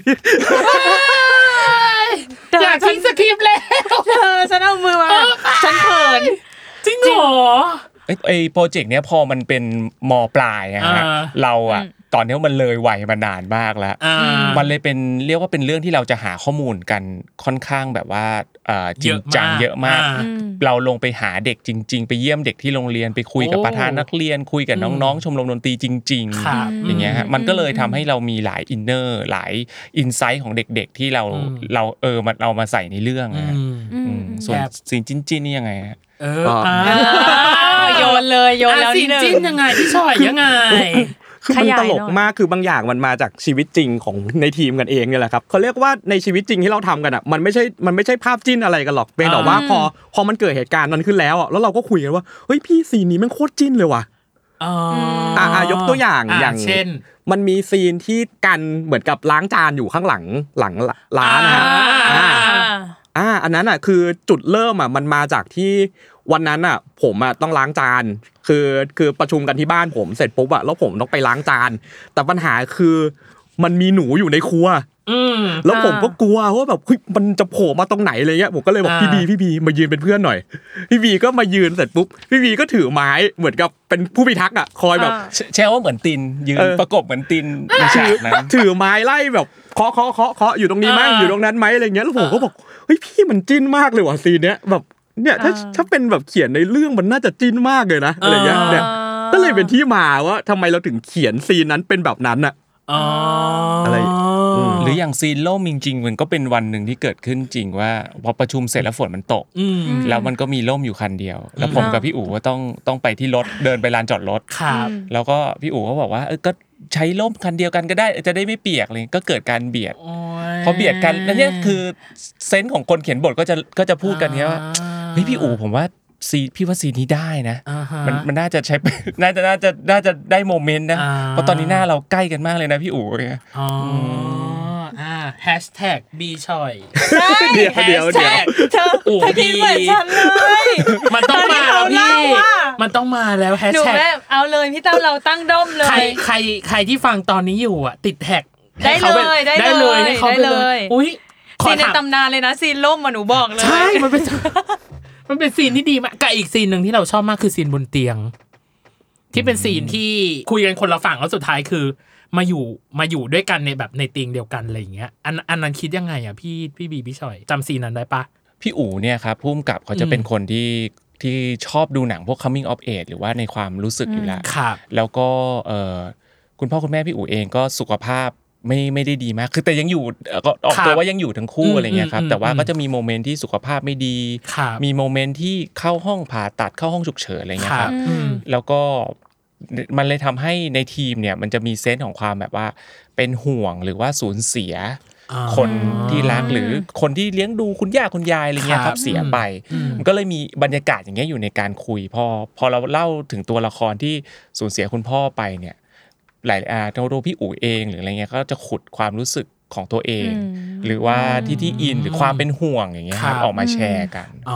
อยากทิ้งสคริปต์แล้วเธอฉันเอามือมาฉันเขินจริงเหรอไอ้ไอ้โปรเจกต์เนี้ยพอมันเป็นม.ปลายอะฮะเราอะตอนนี้มันเลยวัยมานานมากแล้วมันเลยเป็นเรียกว่าเป็นเรื่องที่เราจะหาข้อมูลกันค่อนข้างแบบว่าจริงจังเยอะมากเราลงไปหาเด็กจริงๆไปเยี่ยมเด็กที่โรงเรียนไปคุยกับประธานนักเรียนคุยกับน้องๆชมรมดนตรีจริงๆอย่างเงี้ยฮะมันก็เลยทำให้เรามีหลายอินเนอร์หลายอินไซต์ของเด็กๆที่เราเราเออมันเอามาใส่ในเรื่องนะส่วนซีนจิ้นๆนี่ยังไงฮะเออโยนเลยโยนแล้วนิดนึงจิ้นยังไงพี่ชอยยังไงคือมันตลกมากคือบางอย่างมันมาจากชีวิตจริงของในทีมกันเองเนี่ยแหละครับเขาเรียกว่าในชีวิตจริงที่เราทำกันอ่ะมันไม่ใช่มันไม่ใช่ภาพจิ้นอะไรกันหรอกเป็นแต่ว่าพอพอมันเกิดเหตุการณ์นั้นขึ้นแล้วอ่ะแล้วเราก็คุยกันว่าเฮ้ยพี่ซีนนี้มันโคตรจิ้นเลยว่ะอ๋ออ่ายกตัวอย่างอย่างเช่นมันมีซีนที่กันเหมือนกับล้างจานอยู่ข้างหลังหลังร้านนะฮะอ่าอ่าอันนั้นอ่ะคือจุดเริ่มอ่ะมันมาจากที่วันนั้นอ่ะผมอ่ะต้องล้างจานคือคือประชุมกันที่บ้านผมเสร็จปุ๊บอ่ะแล้วผมต้องไปล้างจานแต่ปัญหาคือมันมีหนูอยู่ในครัวแล้วผมก็กลัวว่าแบบเฮ้ยมันจะโผล่มาตรงไหนอะไรเงี้ยผมก็เลยบอกพี่บีพี่บีมายืนเป็นเพื่อนหน่อยพี่บีก็มายืนเสร็จปุ๊บพี่บีก็ถือไม้เหมือนกับเป็นผู้พิทักษ์อ่ะคอยแบบแช่ว่าเหมือนตินยืนประกบเหมือนตินในฉากนั้นถือไม้ไล่แบบเคาะเคาะเคาะเคาะอยู่ตรงนี้มั้ยอยู่ตรงนั้นมั้ยอะไรเงี้ยแล้วผมก็บอกเฮ้ยพี่มันจิ้นมากเลยว่ะซีนเนี้ยแบบเนี่ยถ้าถ้าเป็นแบบเขียนในเรื่องมันน่าจะจิ้นมากเลยนะอะไรเงี้ยเนี่ยก็เลยเป็นที่มาว่าทำไมเราถึงเขียนซีนนั้นเป็นแบบนั้นอ่ะอ๋ออะไรหรืออย่างซีนล่มจริงๆมันก็เป็นวันนึงที่เกิดขึ้นจริงว่าพอประชุมเสร็จแล้วฝนมันตกแล้วมันก็มีล่มอยู่คันเดียวแล้วผมกับพี่อู๋ก็ต้องต้องไปที่รถเดินไปลานจอดรถแล้วก็พี่อู๋ก็บอกว่าเออก็ใช้ล่มคันเดียวกันก็ได้จะได้ไม่เปียกเลยก็เกิดการเบียดพอเบียดกันแล้วเนี่ยคือเซนส์ของคนเขียนบทก็จะก็จะพูดกันเนี้ยว่าเฮ้ยพี่อู๋ผมว่าซีพี่ว่าซีนี้ได้นะมันมันน่าจะใช้น่าจะน่าจะน่าจะได้โมเมนต์นะเพราะตอนนี้หน้าเราใกล้กันมากเลยนะพี่อู๋เนี่ยอ๋ออ่าแฮชแท็กบีชอยเดี๋ยวเดี๋ยวเดี๋ยวเธออู๋บีเหมือนฉันเลยมันต้องมาแล้วพี่มันต้องมาแล้วแฮชแท็กเอาเลยพี่ตั้มเราตั้งด้อมเลยใครใครใครที่ฟังตอนนี้อยู่อ่ะติดแท็กได้เลยได้เลยได้เลยอุ้ยซีนในตำนานเลยนะซีนล่มมาหนูบอกเลยใช่มันเป็นมันเป็นซีนที่ดีมากกับอีกซีนนึงที่เราชอบมากคือซีนบนเตียงที่เป็นซีนที่คุยกันคนละฝั่งแล้วสุดท้ายคือมาอยู่มาอยู่ด้วยกันในแบบในเตียงเดียวกันอะไรอย่างเงี้ยอันอันนั้นคิดยังไงอ่ะพี่พี่บีพี่ชอยจำซีนนั้นได้ปะพี่อู๋เนี่ยครับผู้กำกับเขาจะเป็นคนที่ที่ชอบดูหนังพวก coming of age หรือว่าในความรู้สึกอยู่แล้วแล้วก็เอ่อคุณพ่อคุณแม่พี่อู๋เองก็สุขภาพไม่ไม่ได้ดีมากคือแต่ยังอยู่ก็ออกตัวว่ายังอยู่ทั้งคู่อะไรเงี้ยครับแต่ว่าก็จะมีโมเมนต์ที่สุขภาพไม่ดีมีโมเมนต์ที่เข้าห้องผ่าตัดเข้าห้องฉุกเฉินอะไรเงี้ยครับแล้วก็มันเลยทำให้ในทีมเนี่ยมันจะมีเซนส์ของความแบบว่าเป็นห่วงหรือว่าสูญเสียคนที่รักหรือคนที่เลี้ยงดูคุณย่าคุณยายอะไรเงี้ยครับเสียไปมันก็เลยมีบรรยากาศอย่างเงี้ยอยู่ในการคุยพอพอเราเล่าถึงตัวละครที่สูญเสียคุณพ่อไปเนี่ยหลายอ่าตัวพี่อู๋เองหรืออะไรเงี้ยก็จะขุดความรู้สึกของตัวเองหรือว่าที่ที่อินหรือความเป็นห่วงอย่างเงี้ยครับออกมาแชร์กันอ๋อ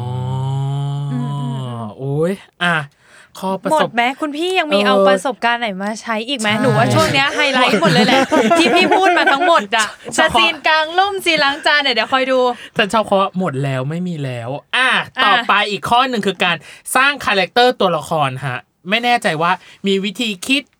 โอ้ยอ่ะข้อประสบหมดแม้คุณพี่ยังมีเอาประสบการณ์ไหนมาใช้อีกไหมหนูว่าช่วงเนี้ยไฮไลท์หมดเลยแหละที่พี่พูดมาทั้งหมดอ่ะซีนกลางล่มซีนล้างจานเนี่ยเดี๋ยวคอยดูฉันชอบข้อหมดแล้วไม่มีแล้วอ่ะต่อไปอีกข้อนึงคือการสร้างคาแรคเตอร์ตัวละครฮะไม่แน่ใจว่ามีวิธีคิด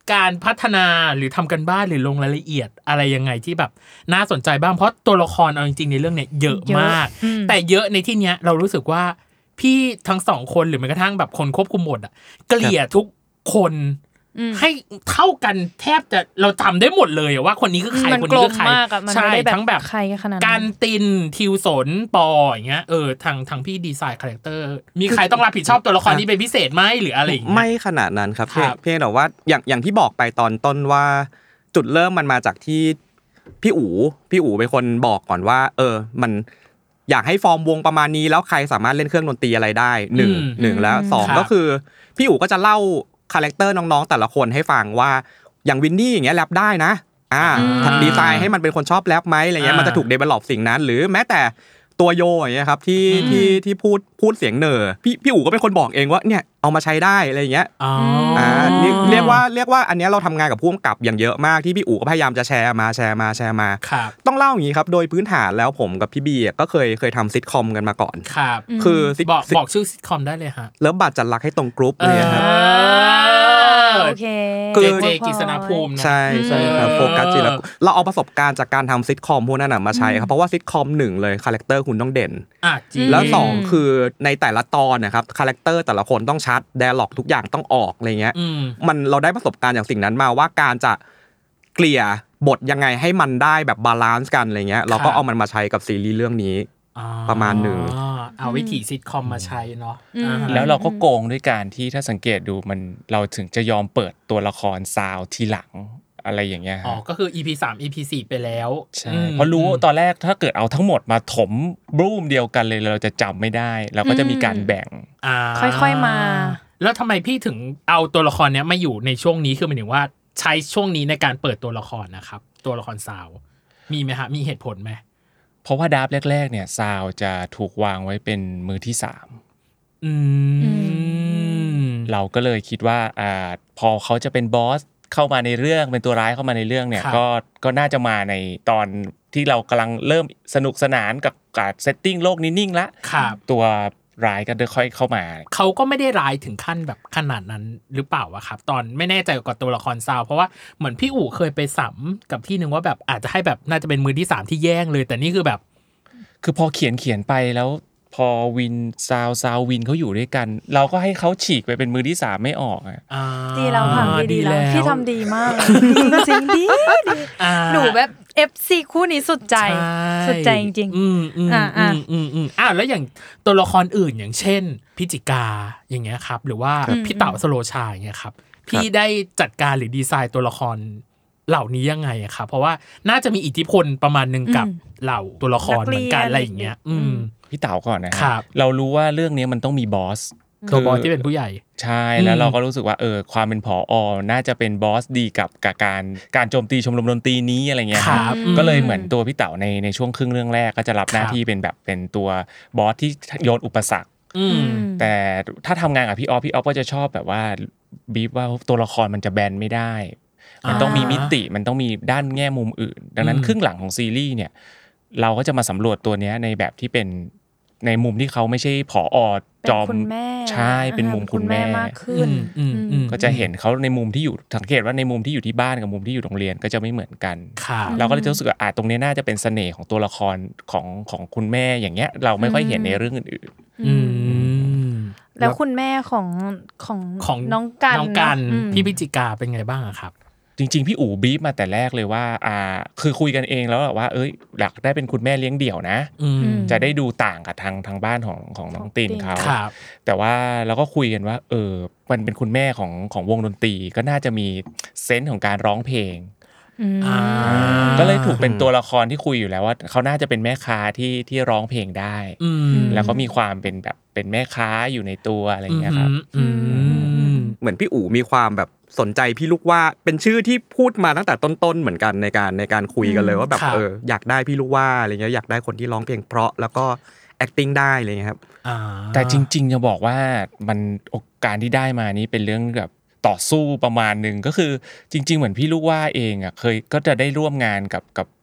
การพัฒนาหรือทำกันบ้านหรือลงรายละเอียดอะไรยังไงที่แบบน่าสนใจบ้างเพราะตัวละครเอาจริงๆในเรื่องเนี้ยเยอะมากแต่เยอะในที่เนี้ยเรารู้สึกว่าพี่ทั้งสองคนหรือแม้กระทั่งแบบคนควบคุมบทอ่ะเกลี่ยทุกคนให้เท่ากันแทบจะเราจำได้หมดเลยว่าคนนี้คือใครคนนี้คือใครใช่ทั้งแบบการตินทิวสนปออย่างเงี้ยเออทางทางพี่ดีไซน์คาแรคเตอร์มีใครต้องรับผิดชอบตัวละครนี้เป็นพิเศษไหมหรืออะไรอย่างเงี้ยไม่ขนาดนั้นครับเพียงแต่ว่าอย่างอย่างที่บอกไปตอนต้นว่าจุดเริ่มมันมาจากที่พี่อู๋พี่อู๋เป็นคนบอกก่อนว่าเออมันอยากให้ฟอร์มวงประมาณนี้แล้วใครสามารถเล่นเครื่องดนตรีอะไรได้หนึ่ง หนึ่งแล้วสองก็คือพี่อู๋ก็จะเล่าคาแรคเตอร์น้องๆแต่ละคนให้ฟังว่าอย่างวินนี่อย่างเงี้ยแรปได้นะอ่าดีไซน์ให้มันเป็นคนชอบแรปมั้ยอะไรเงี้ยมันจะถูกเดเวลลอปสิ่งนั้นหรือแม้แต่ตัวโยอย่างเงี้ยครับที่ที่ที่พูดพูดเสียงเหน่อพี่พี่อู๋ก็เป็นคนบอกเองว่าเนี่ยเอามาใช้ได้อะไรอย่างเงี้ยอ๋ออ่าเรียกว่าเรียกว่าอันเนี้ยเราทำงานกับผู้กำกับอย่างเยอะมากที่พี่อู๋ก็พยายามจะแชร์มาแชร์มาแชร์มาต้องเล่าอย่างงี้ครับโดยพื้นฐานแล้วผมกับพี่บีก็เคยเคยทำซิทคอมกันมาก่อนครับคือบอกบอกชื่อซิทคอมได้เลยฮะเลิฟบัตรจัดรักให้ตรงกรุ๊ปเลยครับโอเคคือเจกิษณภูมิใช่ใช่ครับโฟกัสจริงแล้วเราเอาประสบการณ์จากการทำซิทคอมพวกนั้นน่ะมาใช้ครับเพราะว่าซิทคอมหนึ่งเลยคาแรคเตอร์คุณต้องเด่นแล้วสองคือในแต่ละตอนนะครับคาแรคเตอร์แต่ละคนต้องชัดไดอะล็อกทุกอย่างต้องออกอะไรเงี้ยมันเราได้ประสบการณ์จากสิ่งนั้นมาว่าการจะเกลี่ยบทยังไงให้มันได้แบบบาลานซ์กันอะไรเงี้ยเราก็เอามันมาใช้กับซีรีส์เรื่องนี้ประมาณหนึ่งเอาวิธีซิทคอมมาใช้เนาะแล้วเราก็โกงด้วยการที่ถ้าสังเกตดูมันเราถึงจะยอมเปิดตัวละครซาวทีหลังอะไรอย่างเงี้ยอ๋อก็คือ อี พี สาม อี พี สี่ไปแล้วใช่เพราะรู้ตอนแรกถ้าเกิดเอาทั้งหมดมาถมบลูมเดียวกันเลยเราจะจำไม่ได้เราก็จะมีการแบ่งค่อยๆมาแล้วทำไมพี่ถึงเอาตัวละครเนี้ยมาอยู่ในช่วงนี้คือหมายถึงว่าใช้ช่วงนี้ในการเปิดตัวละครนะครับตัวละครซาวมีไหมฮะมีเหตุผลไหมเพราะว่าดราฟแรกๆเนี่ยซาวจะถูกวางไว้เป็นมือที่สามอืมเราก็เลยคิดว่าอ่าพอเขาจะเป็นบอสเข้ามาในเรื่องเป็นตัวร้ายเข้ามาในเรื่องเนี่ยก็ก็น่าจะมาในตอนที่เรากำลังเริ่มสนุกสนานกับการเซตติ้งโลกนี้นิ่งละตัวร้ายก็ค่อยเข้ามาเขาก็ไม่ได้ร้ายถึงขั้นแบบขนาดนั้นหรือเปล่าวะครับตอนไม่แน่ใจกับตัวละครซาวเพราะว่าเหมือนพี่อู๋เคยไปสัมกับที่นึงว่าแบบอาจจะให้แบบน่าจะเป็นมือที่สามที่แย่งเลยแต่นี่คือแบบคือพอเขียนเขียนไปแล้วพอวินซาวซาววินเขาอยู่ด้วยกันเราก็ให้เขาฉีกไปเป็นมือที่สามไม่ออกอ่ะดีแล้วค่ะดีแล้วพี่ทำดีมากจริงๆดีหนูแบบ เอฟ ซี คู่นี้สุดใจสุดใจจริงๆอืมๆอ่าๆอืมๆอ้าวแล้วอย่างตัวละครอื่นอย่างเช่นพิจิกาอย่างเงี้ยครับหรือว่าพี่เต๋าสโลชาอย่างเงี้ยครับพี่ได้จัดการหรือดีไซน์ตัวละครเหล่านี้ยังไงอะครับเพราะว่าน่าจะมีอิทธิพลประมาณนึงกับเหล่าตัวละครเหมือนกันอะไรอย่างเงี้ยอืมพี่เต๋าก่อนนะครับเรารู้ว่าเรื่องนี้มันต้องมีบอสตัวบอสที่เป็นผู้ใหญ่ใช่แล้วเราก็รู้สึกว่าเออความเป็นผอ.น่าจะเป็นบอสดีกับกับการการโจมตีชมรมดนตรีนี้อะไรเงี้ยครับก็เลยเหมือนตัวพี่เต๋าในในช่วงครึ่งเรื่องแรกก็จะรับหน้าที่เป็นแบบเป็นตัวบอสที่โยนอุปสรรคแต่ถ้าทำงานกับพี่ออฟพี่ออฟก็จะชอบแบบว่าบีฟว่าตัวละครมันจะแบนไม่ได้มันต้องมีมิติมันต้องมีด้านแง่มุมอื่นดังนั้นครึ่งหลังของซีรีส์เนี่ยเราก็จะมาสำรวจตัวเนี้ยในแบบที่เป็นในมุมที่เขาไม่ใช่ผอ.จอมใช่เป็นมุมคุณแม่มากขึ้นก็จะเห็นเขาในมุมที่อยู่สังเกตว่าในมุมที่อยู่ที่บ้านกับมุมที่อยู่โรงเรียนก็จะไม่เหมือนกันเราก็เลยรู้สึกว่าอ่ะตรงนี้น่าจะเป็นเสน่ห์ของตัวละครของของคุณแม่อย่างเงี้ยเราไม่ค่อยเห็นในเรื่องอื่นๆแล้วคุณแม่ของของของน้องกันน้องกันพี่พิจิกาเป็นไงบ้างอะครับจริงๆพี่อู๋บีฟมาแต่แรกเลยว่าอ่าคือคุยกันเองแล้วว่าเอ้ยอยากได้เป็นคุณแม่เลี้ยงเดี่ยวนะจะได้ดูต่างกับทางทางบ้านของของน้องตินเขาแต่ว่าเราก็คุยกันว่าเออมันเป็นคุณแม่ของของวงดนตรีก็น่าจะมีเซนส์ของการร้องเพลงก็เลยถูกเป็นตัวละครที่คุยอยู่แล้วว่าเขาน่าจะเป็นแม่ค้าที่ที่ร้องเพลงได้แล้วก็มีความเป็นแบบเป็นแม่ค้าอยู่ในตัวอะไรอย่างเงี้ยครับเหมือนพี่อู๋มีความแบบสนใจพี่ลูกว่าเป็นชื่อที่พูดมาตั้งแต่ต้นๆเหมือนกันในการในการคุยกันเลยว่าแบบเอออยากได้พี่ลูกว่าอะไรเงี้ยอยากได้คนที่ร้องเพลงเพราะแล้วก็ acting ได้อะไรเงี้ยครับแต่จริงๆจะบอกว่ามันโอกาสที่ได้มานี้เป็นเรื่องแบบต่อสู้ประมาณนึงก็คือจริงๆเหมือนพี่ลูกว่าเองอ่ะเคยก็จะได้ร่วมงานกับกับ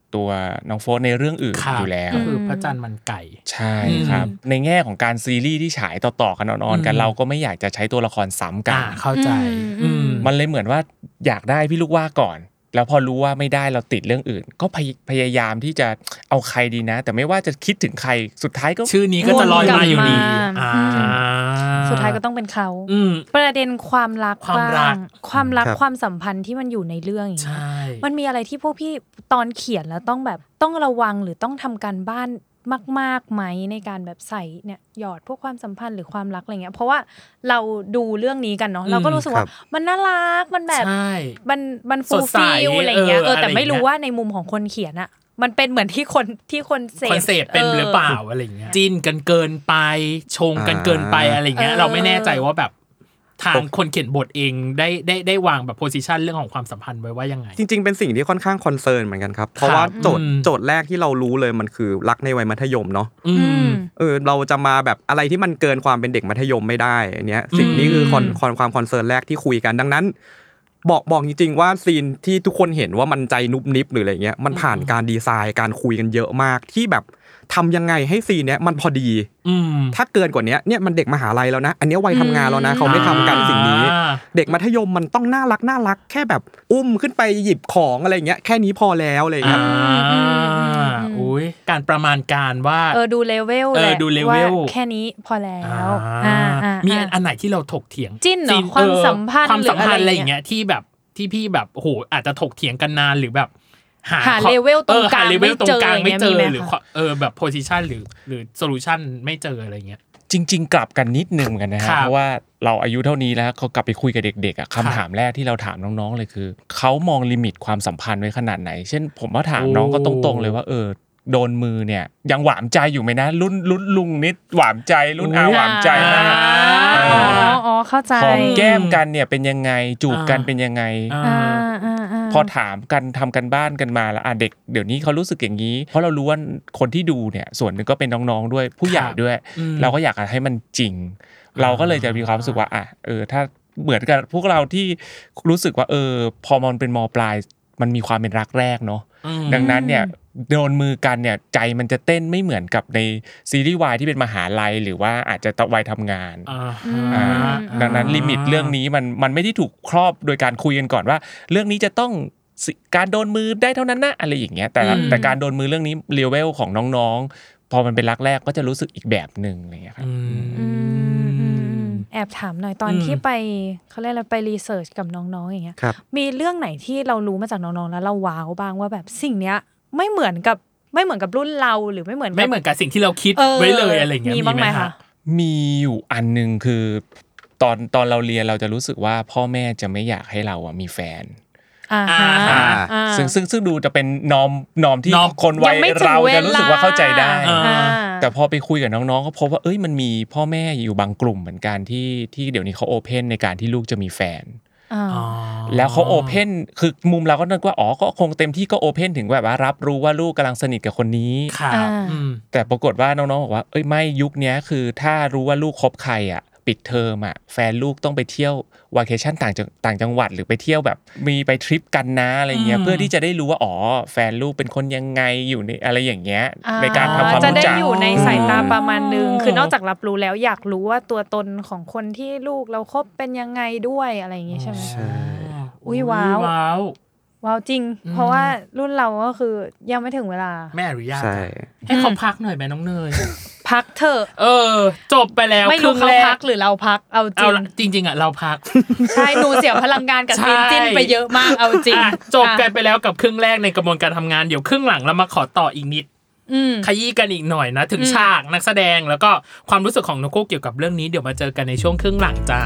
ตัวน้องโฟร์ในเรื่องอื่นอยู่แล้วก็คือพระจันทร์มันไก่ใช่ครับในแง่ของการซีรีส์ที่ฉายต่อๆกันนอนๆกันเราก็ไม่อยากจะใช้ตัวละครซ้ำกันเข้าใจมันเลยเหมือนว่าอยากได้พี่ลูกว่าก่อนแล้วพอรู้ว่าไม่ได้เราติดเรื่องอื่นก็พยายามที่จะเอาใครดีนะแต่ไม่ว่าจะคิดถึงใครสุดท้ายก็ชื่อนี้ก็จะลอยมาอยู่ดีสุดท้ายก็ต้องเป็นเขาประเด็นความรักความรักความรักความสัมพันธ์ที่มันอยู่ในเรื่องอย่างนี้มันมีอะไรที่พวกพี่ตอนเขียนแล้วต้องแบบต้องระวังหรือต้องทำการบ้านมากๆไหมในการแบบใส่เนี่ยหยอดพวกความสัมพันธ์หรือความรักอะไรเงี้ยเพราะว่าเราดูเรื่องนี้กันเนาะเราก็รู้สึกว่ามันน่ารักมันแบบมันมันฟูลฟิลอะไรเงี้ยเออแต่ไม่รู้ว่าในมุมของคนเขียนอะมันเป็นเหมือนที่คนที่คนเสพคนเสพเป็นหรือเปล่าอะไรเงี้ยจิ้นกันเกินไปชงกันเกินไปอะไรเงี้ยเราไม่แน่ใจว่าแบบทางคนเขียนบทเองได้ได้ได้วางแบบโพสิชันเรื่องของความสัมพันธ์ไว้ว่ายังไงจริงๆเป็นสิ่งที่ค่อนข้างคอนเซิร์นเหมือนกันครับเพราะว่าโจทย์โจทย์แรกที่เรารู้เลยมันคือรักในวัยมัธยมเนาะเออเราจะมาแบบอะไรที่มันเกินความเป็นเด็กมัธยมไม่ได้อันเนี้ยสิ่งนี้คือคอนความคอนเซิร์นแรกที่คุยกันดังนั้นบอกบอกจริงๆว่าซีนที่ทุกคนเห็นว่ามันใจนุบนิบหรืออะไรเงี้ยมันผ่านการดีไซน์การคุยกันเยอะมากที่แบบทำยังไงให้ซีนเนี้ยมันพอดีถ้าเกินกว่านี้เนี่ยมันเด็กมหาลัยแล้วนะอันนี้วัยทำงานแล้วนะเขาไม่ทำกันสิ่งนี้เด็กมัธยมมันต้องน่ารักน่ารักแค่แบบอุ้มขึ้นไปหยิบของอะไรเงี้ยแค่นี้พอแล้วอะไรเงี้ยอุ้ยการประมาณการว่าเออดูเลเวลแหละว่าแค่นี้พอแล้วมีอันไหนที่เราถกเถียงจิ้นเนาะความสัมพันธ์ความสัมพันธ์อะไรอย่างเงี้ยที่แบบที่พี่แบบโอ้โหอาจจะถกเถียงกันนานหรือแบบหาเลเวลตรงกลางไม่เจอไม่เจอหรือเออแบบโพสิชันหรือหรือโซลูชันไม่เจออะไรเงี้ยจริงๆกลับกันนิดนึงกันนะฮะเพราะว่าเราอายุเท่านี้แล้วเขากลับไปคุยกับเด็กๆอ่ะคำถามแรกที่เราถามน้องๆเลยคือเขามองลิมิตความสัมพันธ์ไว้ขนาดไหนเช่นผมว่าถามน้องก็ตรงๆเลยว่าเออโดนมือเนี่ยยังหวามใจอยู่ไหมนะรุ่นรุ่นลุงนิดหวามใจรุ่นอาหวามใจนะอ๋ออ๋อเข้าใจหอมแก้มกันเนี่ยเป็นยังไงจูบกันเป็นยังไงพอถามกันทำกันบ้านกันมาแล้วอ่ะเด็กเดี๋ยวนี้เขารู้สึกอย่างนี้เพราะเรารู้ว่าคนที่ดูเนี่ยส่วนหนึ่งก็เป็นน้องๆด้วยผู้ใหญ่ด้วยเราก็อยากให้มันจริงเราก็เลยจะมีความรู้สึกว่าอ่ะเออถ้าเหมือนกับพวกเราที่รู้สึกว่าเออพอมันเป็นม.ปลายมันมีความเป็นรักแรกเนาะดังนั้นเนี่ยโดนมือกันเนี่ยใจมันจะเต้นไม่เหมือนกับในซีรีส์วายที่เป็นมหาลัยหรือว่าอาจจะตะวัยทำงานดังนั้นลิมิตเรื่องนี้มันมันไม่ได้ถูกครอบโดยการคุยกันก่อนว่าเรื่องนี้จะต้องการโดนมือได้เท่านั้นนะอะไรอย่างเงี้ยแต่แต่การโดนมือเรื่องนี้เลเวลของน้องๆพอมันเป็นรักแรกก็จะรู้สึกอีกแบบนึงอะไรอย่างเงี้ยครับแอบถามหน่อยตอนที่ไปเขาเรียกอะไรไปรีเสิร์ชกับน้องๆอย่างเงี้ยมีเรื่องไหนที่เรารู้มาจากน้องๆแล้วเราว้าวบ้างว่าแบบสิ่งเนี้ยไม่เหมือนกับไม่เหมือนกับรุ่นเราหรือไม่เหมือนไม่เหมือนกับสิ่งที่เราคิดไว้เลยอะไรเงี้ยมีบ้างไหมคะมีอยู่อันนึงคือตอนตอนเราเรียนเราจะรู้สึกว่าพ่อแม่จะไม่อยากให้เราอ่ะมีแฟนซึ่งซึ่งซึ่งดูจะเป็นนอมนอมที่คนวัยเราจะรู้สึกว่าเข้าใจได้แต่พอไปคุยกับน้องๆก็พบว่าเอ้ยมันมีพ่อแม่อยู่บางกลุ่มเหมือนกันที่ที่เดี๋ยวนี้เขาโอเพ่นในการที่ลูกจะมีแฟนแล้วเขาโอเพ่นคือมุมเราก็นึกว่าอ๋อก็คงเต็มที่ก็โอเพ่นถึงแบบว่ารับรู้ว่าลูกกำลังสนิทกับคนนี้แต่ปรากฏว่าน้องๆบอกว่าเอ้ยไม่ยุคนี้คือถ้ารู้ว่าลูกคบใครอ่ะปิดเทอมอ่ะแฟนลูกต้องไปเที่ยววาเคชั่นต่างจังต่างจังหวัดหรือไปเที่ยวแบบมีไปทริปกันนะอะไรเงี้ยเพื่อที่จะได้รู้ว่าอ๋อแฟนลูกเป็นคนยังไงอยู่ในอะไรอย่างเงี้ยในการทำความรู้จักจะได้อยู่ในสายตาประมาณนึงคือนอกจากรับรู้แล้วอยากรู้ว่าตัวตนของคนที่ลูกเราคบเป็นยังไงด้วยอะไรอย่างงี้ใช่ไหมอุ้ยว้าวว้าวว้าวจริงเพราะว่ารุ่นเราก็คือยังไม่ถึงเวลาแม่อนุญาตให้เขาพักหน่อยแม่น้องเนยพักเถอะเออจบไปแล้วไม่รู้เขาพักหรือเราพักเอาจริงจริงๆอ่ะเราพักใช่หนูเสียพลังงานกับซีนจิ้นไปเยอะมากเอาจริงจบกันไปแล้วกับครึ่งแรกในกระบวนการทำงานเดี๋ยวครึ่งหลังเรามาขอต่ออีกนิดขยี้กันอีกหน่อยนะถึงฉากนักแสดงแล้วก็ความรู้สึกของนโก้เกี่ยวกับเรื่องนี้เดี๋ยวมาเจอกันในช่วงครึ่งหลังจ้า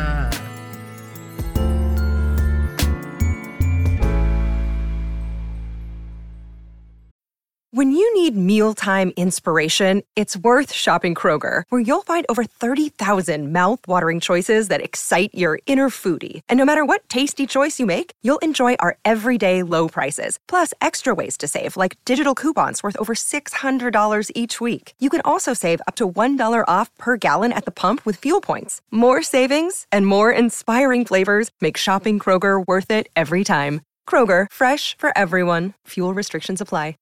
When you need mealtime inspiration, it's worth shopping Kroger, where you'll find over thirty thousand mouth-watering choices that excite your inner foodie. And no matter what tasty choice you make, you'll enjoy our everyday low prices, plus extra ways to save, like digital coupons worth over six hundred dollars each week. You can also save up to one dollar off per gallon at the pump with fuel points. More savings and more inspiring flavors make shopping Kroger worth it every time. Kroger, fresh for everyone. Fuel restrictions apply.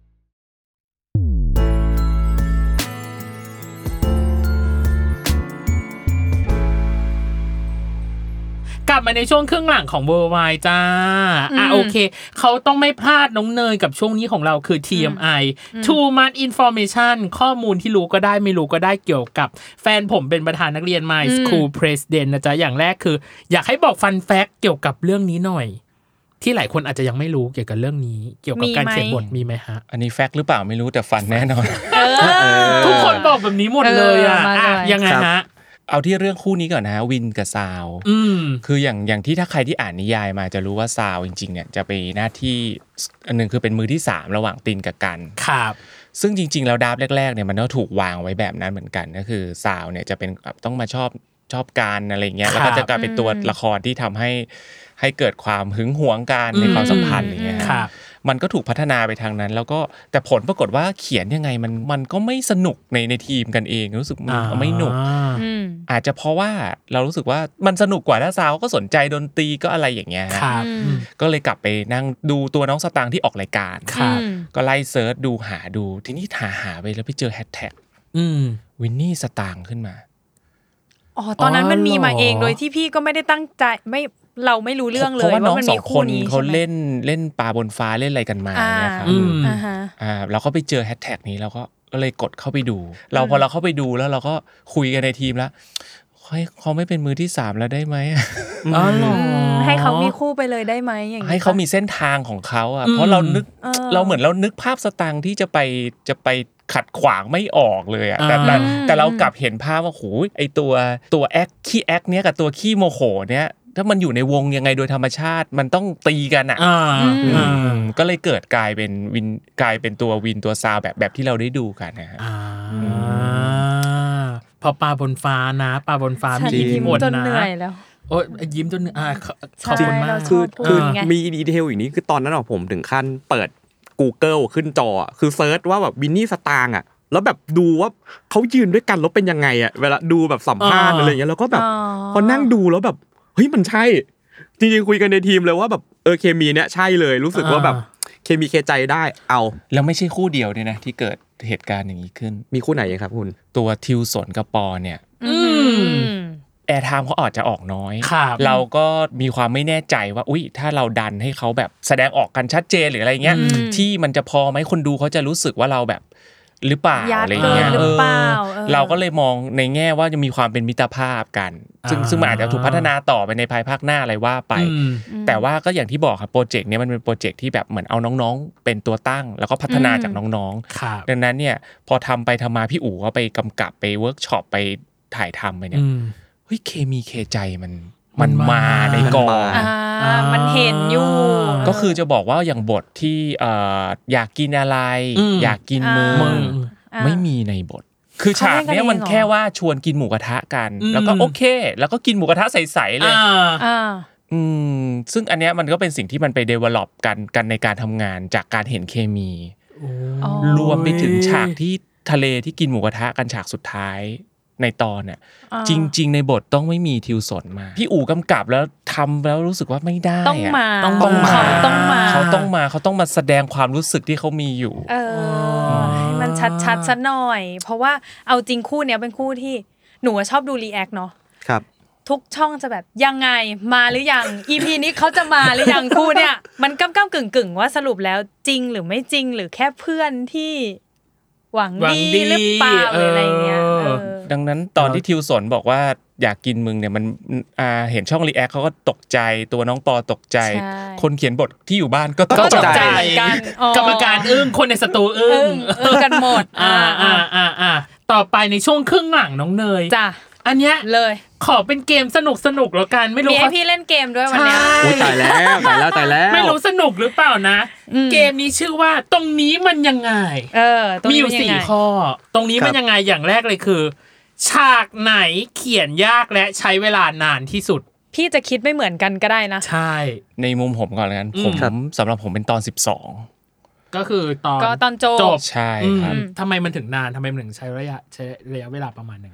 กลับมาในช่วงครึ่งหลังของ Worldwide จ้าอ่ะโอเคเขาต้องไม่พลาดน้องเนยกับช่วงนี้ของเราคือ ที เอ็ม ไอ Too Much Information ข้อมูลที่รู้ก็ได้ไม่รู้ก็ได้เกี่ยวกับแฟนผมเป็นประธานนักเรียน My School President นะจ๊ะอย่างแรกคืออยากให้บอก Fun Fact เกี่ยวกับเรื่องนี้หน่อยที่หลายคนอาจจะยังไม่รู้เกี่ยวกับเรื่องนี้เกี่ยวกับการเขียนบทมีไหมฮะอันนี้แฟกต์หรือเปล่าไม่รู้แต่ฟันแน่นอนทุกคนบอกแบบนี้หมดเลยอ่ะยังไงฮะเอาที่เรื่องคู่นี้ก่อนนะวินกับซาวคืออย่างอย่างที่ถ้าใครที่อ่านนิยายมาจะรู้ว่าซาวจริงๆเนี่ยจะไปหน้าที่อันนึงคือเป็นมือที่สามระหว่างตินกับกันครับซึ่งจริงๆแล้วดราฟแรกๆเนี่ยมันก็ถูกวางไว้แบบนั้นเหมือนกันก็คือซาวเนี่ยจะเป็นแบบต้องมาชอบชอบกันอะไรเงี้ยแล้วก็จะกลายเป็นตัวละครที่ทำให้ให้เกิดความหึงหวงกันในความสัมพันธ์อย่างเงี้ยมันก็ถูกพัฒนาไปทางนั้นแล้วก็แต่ผลปรากฏว่าเขียนยังไงมันมันก็ไม่สนุกในในทีมกันเองรู้สึกมันไม่หนุกอาจจะเพราะว่าเรารู้สึกว่ามันสนุกกว่าถ้าซาวก็สนใจดนตรีก็อะไรอย่างเงี้ยก็เลยกลับไปนั่งดูตัวน้องสตางค์ที่ออกรายการก็ไล่เซิร์ชดูหาดูทีนี้หาหาไปแล้วไปเจอแฮชแท็กวินนี่สตางค์ขึ้นมาอ๋อตอนนั้นมันมีมาเองโดยที่พี่ก็ไม่ได้ตั้งใจไม่เราไม่รู้เรื่องเลยว่ามันมีคู่นี้เขาเล่นเล่นปลาบนฟ้าเล่นอะไรกันมาเนี่ยครับอ่าฮะอ่าเราก็ไปเจอแฮชแท็กนี้แล้วก็ก็เลยกดเข้าไปดูเราพอเราเข้าไปดูแล้วเราก็คุยกันในทีมแล้วให้เขาไม่เป็นมือที่สามแล้วได้ไหมอ๋อให้เขามีคู่ไปเลยได้ไหมอย่างนี้ให้เขามีเส้นทางของเขาอ่ะเพราะเรานึกเราเหมือนเรานึกภาพสตางค์ที่จะไปจะไปขัดขวางไม่ออกเลยอ่ะแต่แต่แต่เรากลับเห็นภาพว่าโหไอตัวตัวแอคขี้แอคเนี้ยกับตัวขี้โมโหเนี้ยถ้ามันอยู่ในวงยังไงโดยธรรมชาติมันต้องตีกันอ่ะก็เลยเกิดกลายเป็นวินกลายเป็นตัววินตัวซาวแบบแบบที่เราได้ดูกันนะฮะพอปลาบนฟ้านะปลาบนฟ้ามีอิทธิพลนะจนเหนื่อยแล้วโอ้ยยิ้มจนอ่าขอบคุณมากคือคือมีดีเทลอย่างนี้คือตอนนั้นผมถึงขั้นเปิด Google ขึ้นจอคือเซิร์ชว่าแบบวินนี่สตางค์อ่ะแล้วแบบดูว่าเขายืนด้วยกันแล้วเป็นยังไงอ่ะเวลาดูแบบสัมภาษณ์อะไรอย่างเงี้ยแล้วก็แบบพอนั่งดูแล้วแบบเฮ้ยมันใช่จริงๆคุยกันในทีมเลยว่าแบบเออเคมีเนี้ยใช่เลยรู้สึกว่าแบบเคมีเคใจได้เอาแล้วไม่ใช่คู่เดียวด้วยนะที่เกิดเหตุการณ์อย่างนี้ขึ้นมีคู่ไหนครับคุณตัวทิวสนกับปอเนี่ยแอร์ไทม์เขาอาจจะออกน้อยเราก็มีความไม่แน่ใจว่าอุ๊ยถ้าเราดันให้เขาแบบแสดงออกกันชัดเจนหรืออะไรเงี้ยที่มันจะพอไหมคนดูเขาจะรู้สึกว่าเราแบบหรือเปล่าอะไรเงี้ยเออเราก็เลยมองในแง่ว่าจะมีความเป็นมิตรภาพกันซึ่งซึ่งมันอาจจะถูกพัฒนาต่อไปในภายภาคหน้าอะไรว่าไปแต่ว่าก็อย่างที่บอกครับโปรเจกต์นี้มันเป็นโปรเจกต์ที่แบบเหมือนเอาน้องๆเป็นตัวตั้งแล้วก็พัฒนาจากน้องๆดังนั้นเนี่ยพอทำไปทำมาพี่อู๋ก็ไปกำกับไปเวิร์กช็อปไปถ่ายทำไปเนี่ยเฮ้ยเคมีเคใจมันมันมาในกองมันเห็นอยู่ก็คือจะบอกว่าอย่างบทที่อยากกินอะไรอยากกินมือไม่มีในบทคือฉากเนี้ยมันแค่ว่าชวนกินหมูกระทะกันแล้วก็โอเคแล้วก็กินหมูกระทะใสๆเลยอืมซึ่งอันเนี้ยมันก็เป็นสิ่งที่มันไป develop กันกันในการทำงานจากการเห็นเคมีรวมไปถึงฉากที่ทะเลที่กินหมูกระทะกันฉากสุดท้ายในตอนน่ะจริงๆในบทต้องไม่มีทิวสนมาพี่อู๋กำกับแล้วทำแล้วรู้สึกว่าไม่ได้ต้องมาต้องมาต้องมาเขาต้องมาเขาต้องมาแสดงความรู้สึกที่เขามีอยู่เออให้มันชัดๆซะหน่อยเพราะว่าเอาจริงคู่เนี้ยเป็นคู่ที่หนูชอบดูรีแอคเนาะครับทุกช่องจะแบบยังไงมาหรือยัง อี พี นี้เขาจะมาหรือยังคู่เนี่ยมันก้ำๆกึ่งๆว่าสรุปแล้วจริงหรือไม่จริงหรือแค่เพื่อนที่หวังดีหรือเปล่าหรืออะไรเงี้ยดังนั้นตอนที่ทิวสนบอกว่าอยากกินมึงเนี่ยมันอ่าเห็นช่องรีแอคเขาก็ตกใจตัวน้องปอตกใจคนเขียนบทที่อยู่บ้านก็ตกใจกันกรรมการอึ้งคนในสตูอึ้งอึ้งกันหมดอ่าอ่าอ่าอ่าต่อไปในช่วงครึ่งหลังน้องเนยจ้ะอันเนี้ยเลยขอเป็นเกมสนุกสนุกแล้วกันไม่รู้มีให้พี่เล่นเกมด้วยวันนี้อุ๊ยตายแล้วตายแล้วตายแล้วไม่รู้สนุกหรือเปล่านะเกมนี้ชื่อว่าตรงนี้มันยังไงเออมีอยู่สี่ข้อตรงนี้มันยังไงอย่างแรกเลยคือฉากไหนเขียนยากและใช้เวลานานที่สุดพี่จะคิดไม่เหมือนกันก็ได้นะใช่ในมุมผมก่อนแล้วกันผมสำหรับผมเป็นตอนสิบสองก็คือตอนก็ตอนจบใช่ครับทำไมมันถึงนานทำไมมันถึงใช้ระยะใช้ระยะเวลาประมาณนึงครับ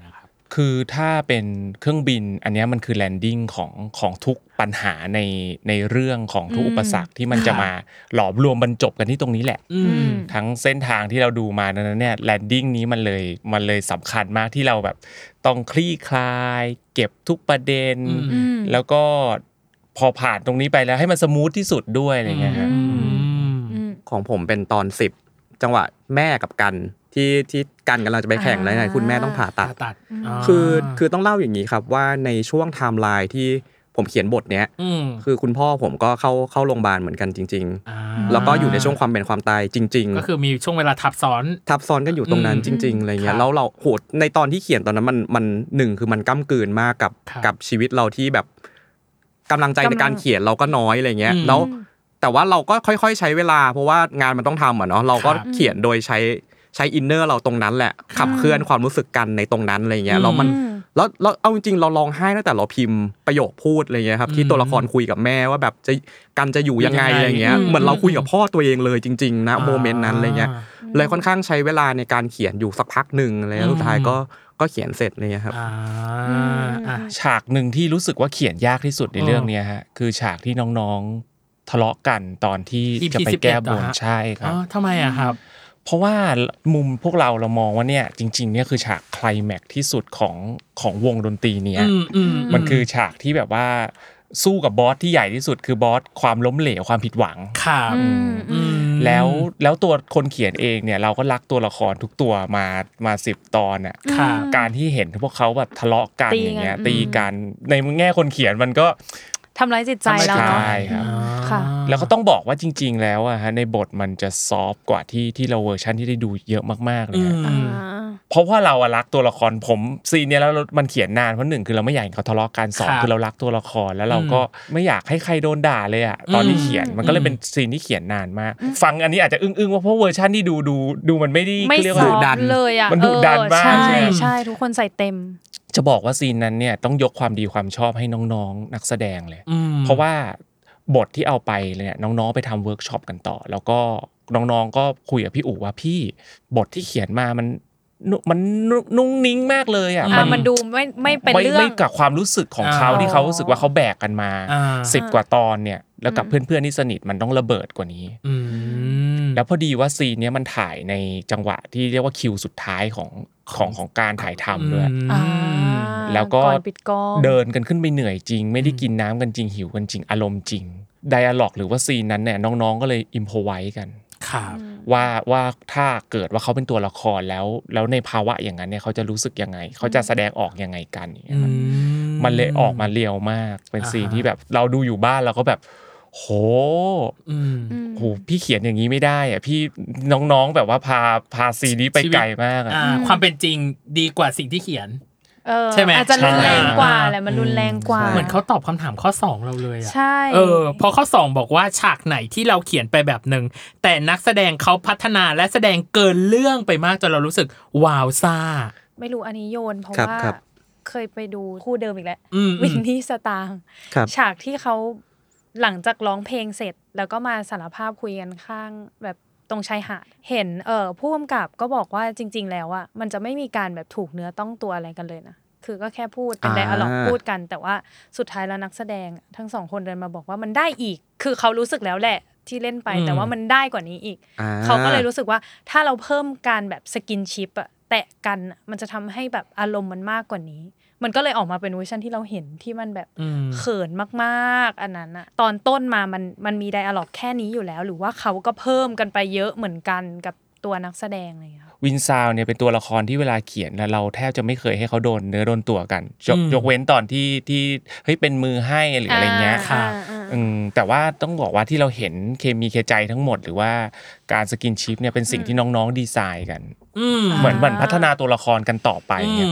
คือถ้าเป็นเครื่องบินอันนี้มันคือแลนดิ้งของของทุกปัญหาในในเรื่องของทุกอุปสรรคที่มันจะมาหลอมรวมบรรจบกันที่ตรงนี้แหละทั้งเส้นทางที่เราดูมานั้นเนี่ยแลนดิ้งนี้มันเลยมันเลยสำคัญมากที่เราแบบต้องคลี่คลายเก็บทุกประเด็นแล้วก็พอผ่านตรงนี้ไปแล้วให้มันสมูทที่สุดด้วยอะไรเงี้ยฮะของผมเป็นตอนสิบจังหวะแม่กับกันที่ที่กันกำลังจะไปแข่งแล้วไงคุณแม่ต้องผ่าตัดคือคือต้องเล่าอย่างนี้ครับว่าในช่วงไทม์ไลน์ที่ผมเขียนบทเนี้ยคือคุณพ่อผมก็เข้าเข้าโรงพยาบาลเหมือนกันจริงๆแล้วก็อยู่ในช่วงความเป็นความตายจริงๆก็คือมีช่วงเวลาทับซ้อนทับซ้อนกันอยู่ตรงนั้นจริงๆอะไรเงี้ยแล้วเราโหในตอนที่เขียนตอนนั้นมันมันหนึ่งคือมันก้ำกลืนมากกับกับชีวิตเราที่แบบกำลังใจในการเขียนเราก็น้อยอะไรเงี้ยแล้วแต่ว่าเราก็ค่อยๆใช้เวลาเพราะว่างานมันต้องทำอ่ะเนาะเราก็เขียนโดยใช้ใช้อินเนอร์เราตรงนั้นแหละขับเคลื่อนความรู้สึกกันในตรงนั้นอะไรเงี้ยแล้วมันแล้วแล้วเอาจริงๆเราร้องไห้ตั้งแต่เราพิมพ์ประโยคพูดอะไรเงี้ยครับที่ตัวละครคุยกับแม่ว่าแบบจะกันจะอยู่ยังไงอะไรเงี้ยเหมือนเราคุยกับพ่อตัวเองเลยจริงๆนะโมเมนต์นั้นอะไรเงี้ยเลยค่อนข้างใช้เวลาในการเขียนอยู่สักพักนึงอะไรสุดท้ายก็ก็เขียนเสร็จอะไรเงี้ยครับฉากนึงที่รู้สึกว่าเขียนยากที่สุดในเรื่องเนี้ยฮะคือฉากที่น้องๆทะเลาะกันตอนที่จะไปแก้บนใช่ครับอ๋อทำไมอะครับเพราะว่ามุมพวกเราเรามองว่าเนี่ยจริงๆเนี่ยคือฉากไคลแม็กซ์ที่สุดของของวงดนตรีเนี้ยมันคือฉากที่แบบว่าสู้กับบอสที่ใหญ่ที่สุดคือบอสความล้มเหลวความผิดหวังครับแล้วแล้วตัวคนเขียนเองเนี่ยเราก็รักตัวละครทุกตัวมามาสิบตอนอ่ะการที่เห็นพวกเขาแบบทะเลาะกันอย่างเงี้ยตีกันในแง่คนเขียนมันก็ทำร้ายจิตใจเราเนาะใช่ครับแล้วก็ต้องบอกว่าจริงๆแล้วอะฮะในบทมันจะซอฟต์กว่าที่ที่เราเวอร์ชันที่ได้ดูเยอะมากๆเลยเพราะว่าเรารักตัวละครผมซีนเนี้ยแล้วมันเขียนนานเพราะหนึ่งคือเราไม่อยากให้เขาทะเลาะกันสองคือเรารักตัวละครแล้วเราก็ไม่อยากให้ใครโดนด่าเลยอะตอนที่เขียนมันก็เลยเป็นซีนที่เขียนนานมากฟังอันนี้อาจจะอึ้งๆว่าเพราะเวอร์ชันที่ดูดูดูมันไม่ได้เรียกว่าดุดันเลยอะมันดุดันมากใช่ใช่ทุกคนใส่เต็มจะบอกว่าซีนนั้นเนี่ยต้องยกความดีความชอบให้น้องๆนักแสดงเลยเพราะว่าบทที่เอาไปเนี่ยน้องๆไปทำเวิร์กช็อปกันต่อแล้วก็น้องๆก็คุยกับพี่อู๋ว่าพี่บทที่เขียนมามันมันนุ่งนิ้งมากเลยอ่ะมันดูไม่ไม่เป็นเรื่องไม่กับความรู้สึกของเขาที่เขารู้สึกว่าเขาแบกกันมาสิบกว่าตอนเนี่ยแล้วกับเพื่อนๆที่สนิทมันต้องระเบิดกว่านี้แล้วพอดีว่าซีนนี้มันถ่ายในจังหวะที่เรียกว่าคิวสุดท้ายของของของการถ่ายทำด้วยแล้วก็เดินกันขึ้นไปเหนื่อยจริงไม่ได้กินน้ำกันจริงหิวกันจริงอารมณ์จริงไดอะล็อกหรือว่าซีนนั้นเนี่ยน้องๆก็เลยอิมโพไวส์กันว่าว่าถ้าเกิดว่าเขาเป็นตัวละครแล้วแล้วในภาวะอย่างนั้นเนี่ยเขาจะรู้สึกยังไงเขาจะแสดงออกยังไงกันอย่างเงี้ยมันเลยออกมาเรียวมากเป็นซีนที่แบบเราดูอยู่บ้านเราก็แบบโหโหพี่เขียนอย่างนี้ไม่ได้อ่ะพี่น้องๆแบบว่าพาพาซีนี้ไปไกลมากอ่ะความเป็นจริงดีกว่าสิ่งที่เขียนใช่ไหมอาจจะรุนแรงกว่าแหละมันรุนแรงกว่าเหมือนเขาตอบคำถามข้อสองเราเลยอ่ะใช่เออพอข้อสองบอกว่าฉากไหนที่เราเขียนไปแบบนึงแต่นักแสดงเขาพัฒนาและแสดงเกินเรื่องไปมากจนเรารู้สึกว้าวซ่าไม่รู้อันนี้โยนเพราะว่าเคยไปดูคู่เดิมอีกแล้ววินนี่สตางค์ฉากที่เขาหลังจากร้องเพลงเสร็จแล้วก็มาสารภาพคุยกันข้างแบบตรงชายหาดเห็นเอ่อผู้กำกับก็บอกว่าจริงๆแล้วอ่ะมันจะไม่มีการแบบถูกเนื้อต้องตัวอะไรกันเลยนะคือก็แค่พูดเป็นไดอะล็อกพูดกันแต่ว่าสุดท้ายแล้วนักแสดงทั้งสองคนเดินมาบอกว่ามันได้อีกคือเขารู้สึกแล้วแหละที่เล่นไปแต่ว่ามันได้กว่านี้อีกเขาก็เลยรู้สึกว่าถ้าเราเพิ่มการแบบสกินชิปอะแตะกันมันจะทำให้แบบอารมณ์มันมากกว่านี้มันก็เลยออกมาเป็นเวอร์ชันที่เราเห็นที่มันแบบเขินมากๆอันนั้นอะตอนต้นมามันมันมีไดอะล็อกแค่นี้อยู่แล้วหรือว่าเขาก็เพิ่มกันไปเยอะเหมือนกันกับตัวนักแสดงอะไรอย่างเงี้ยวินซาวเนี่ยเป็นตัวละครที่เวลาเขียนแล้วเราแทบจะไม่เคยให้เขาโดนเนื้อโดนตัวกันยกเว้นตอนที่ที่เฮ้ยเป็นมือให้หรืออะไรเงี้ยค่ะแต่ว่าต้องบอกว่าที่เราเห็นเคมีเคใจทั้งหมดหรือว่าการสกินชิปเนี่ยเป็นสิ่งที่น้องๆดีไซน์กันเหมือนเหมือนพัฒนาตัวละครกันต่อไปเนี่ย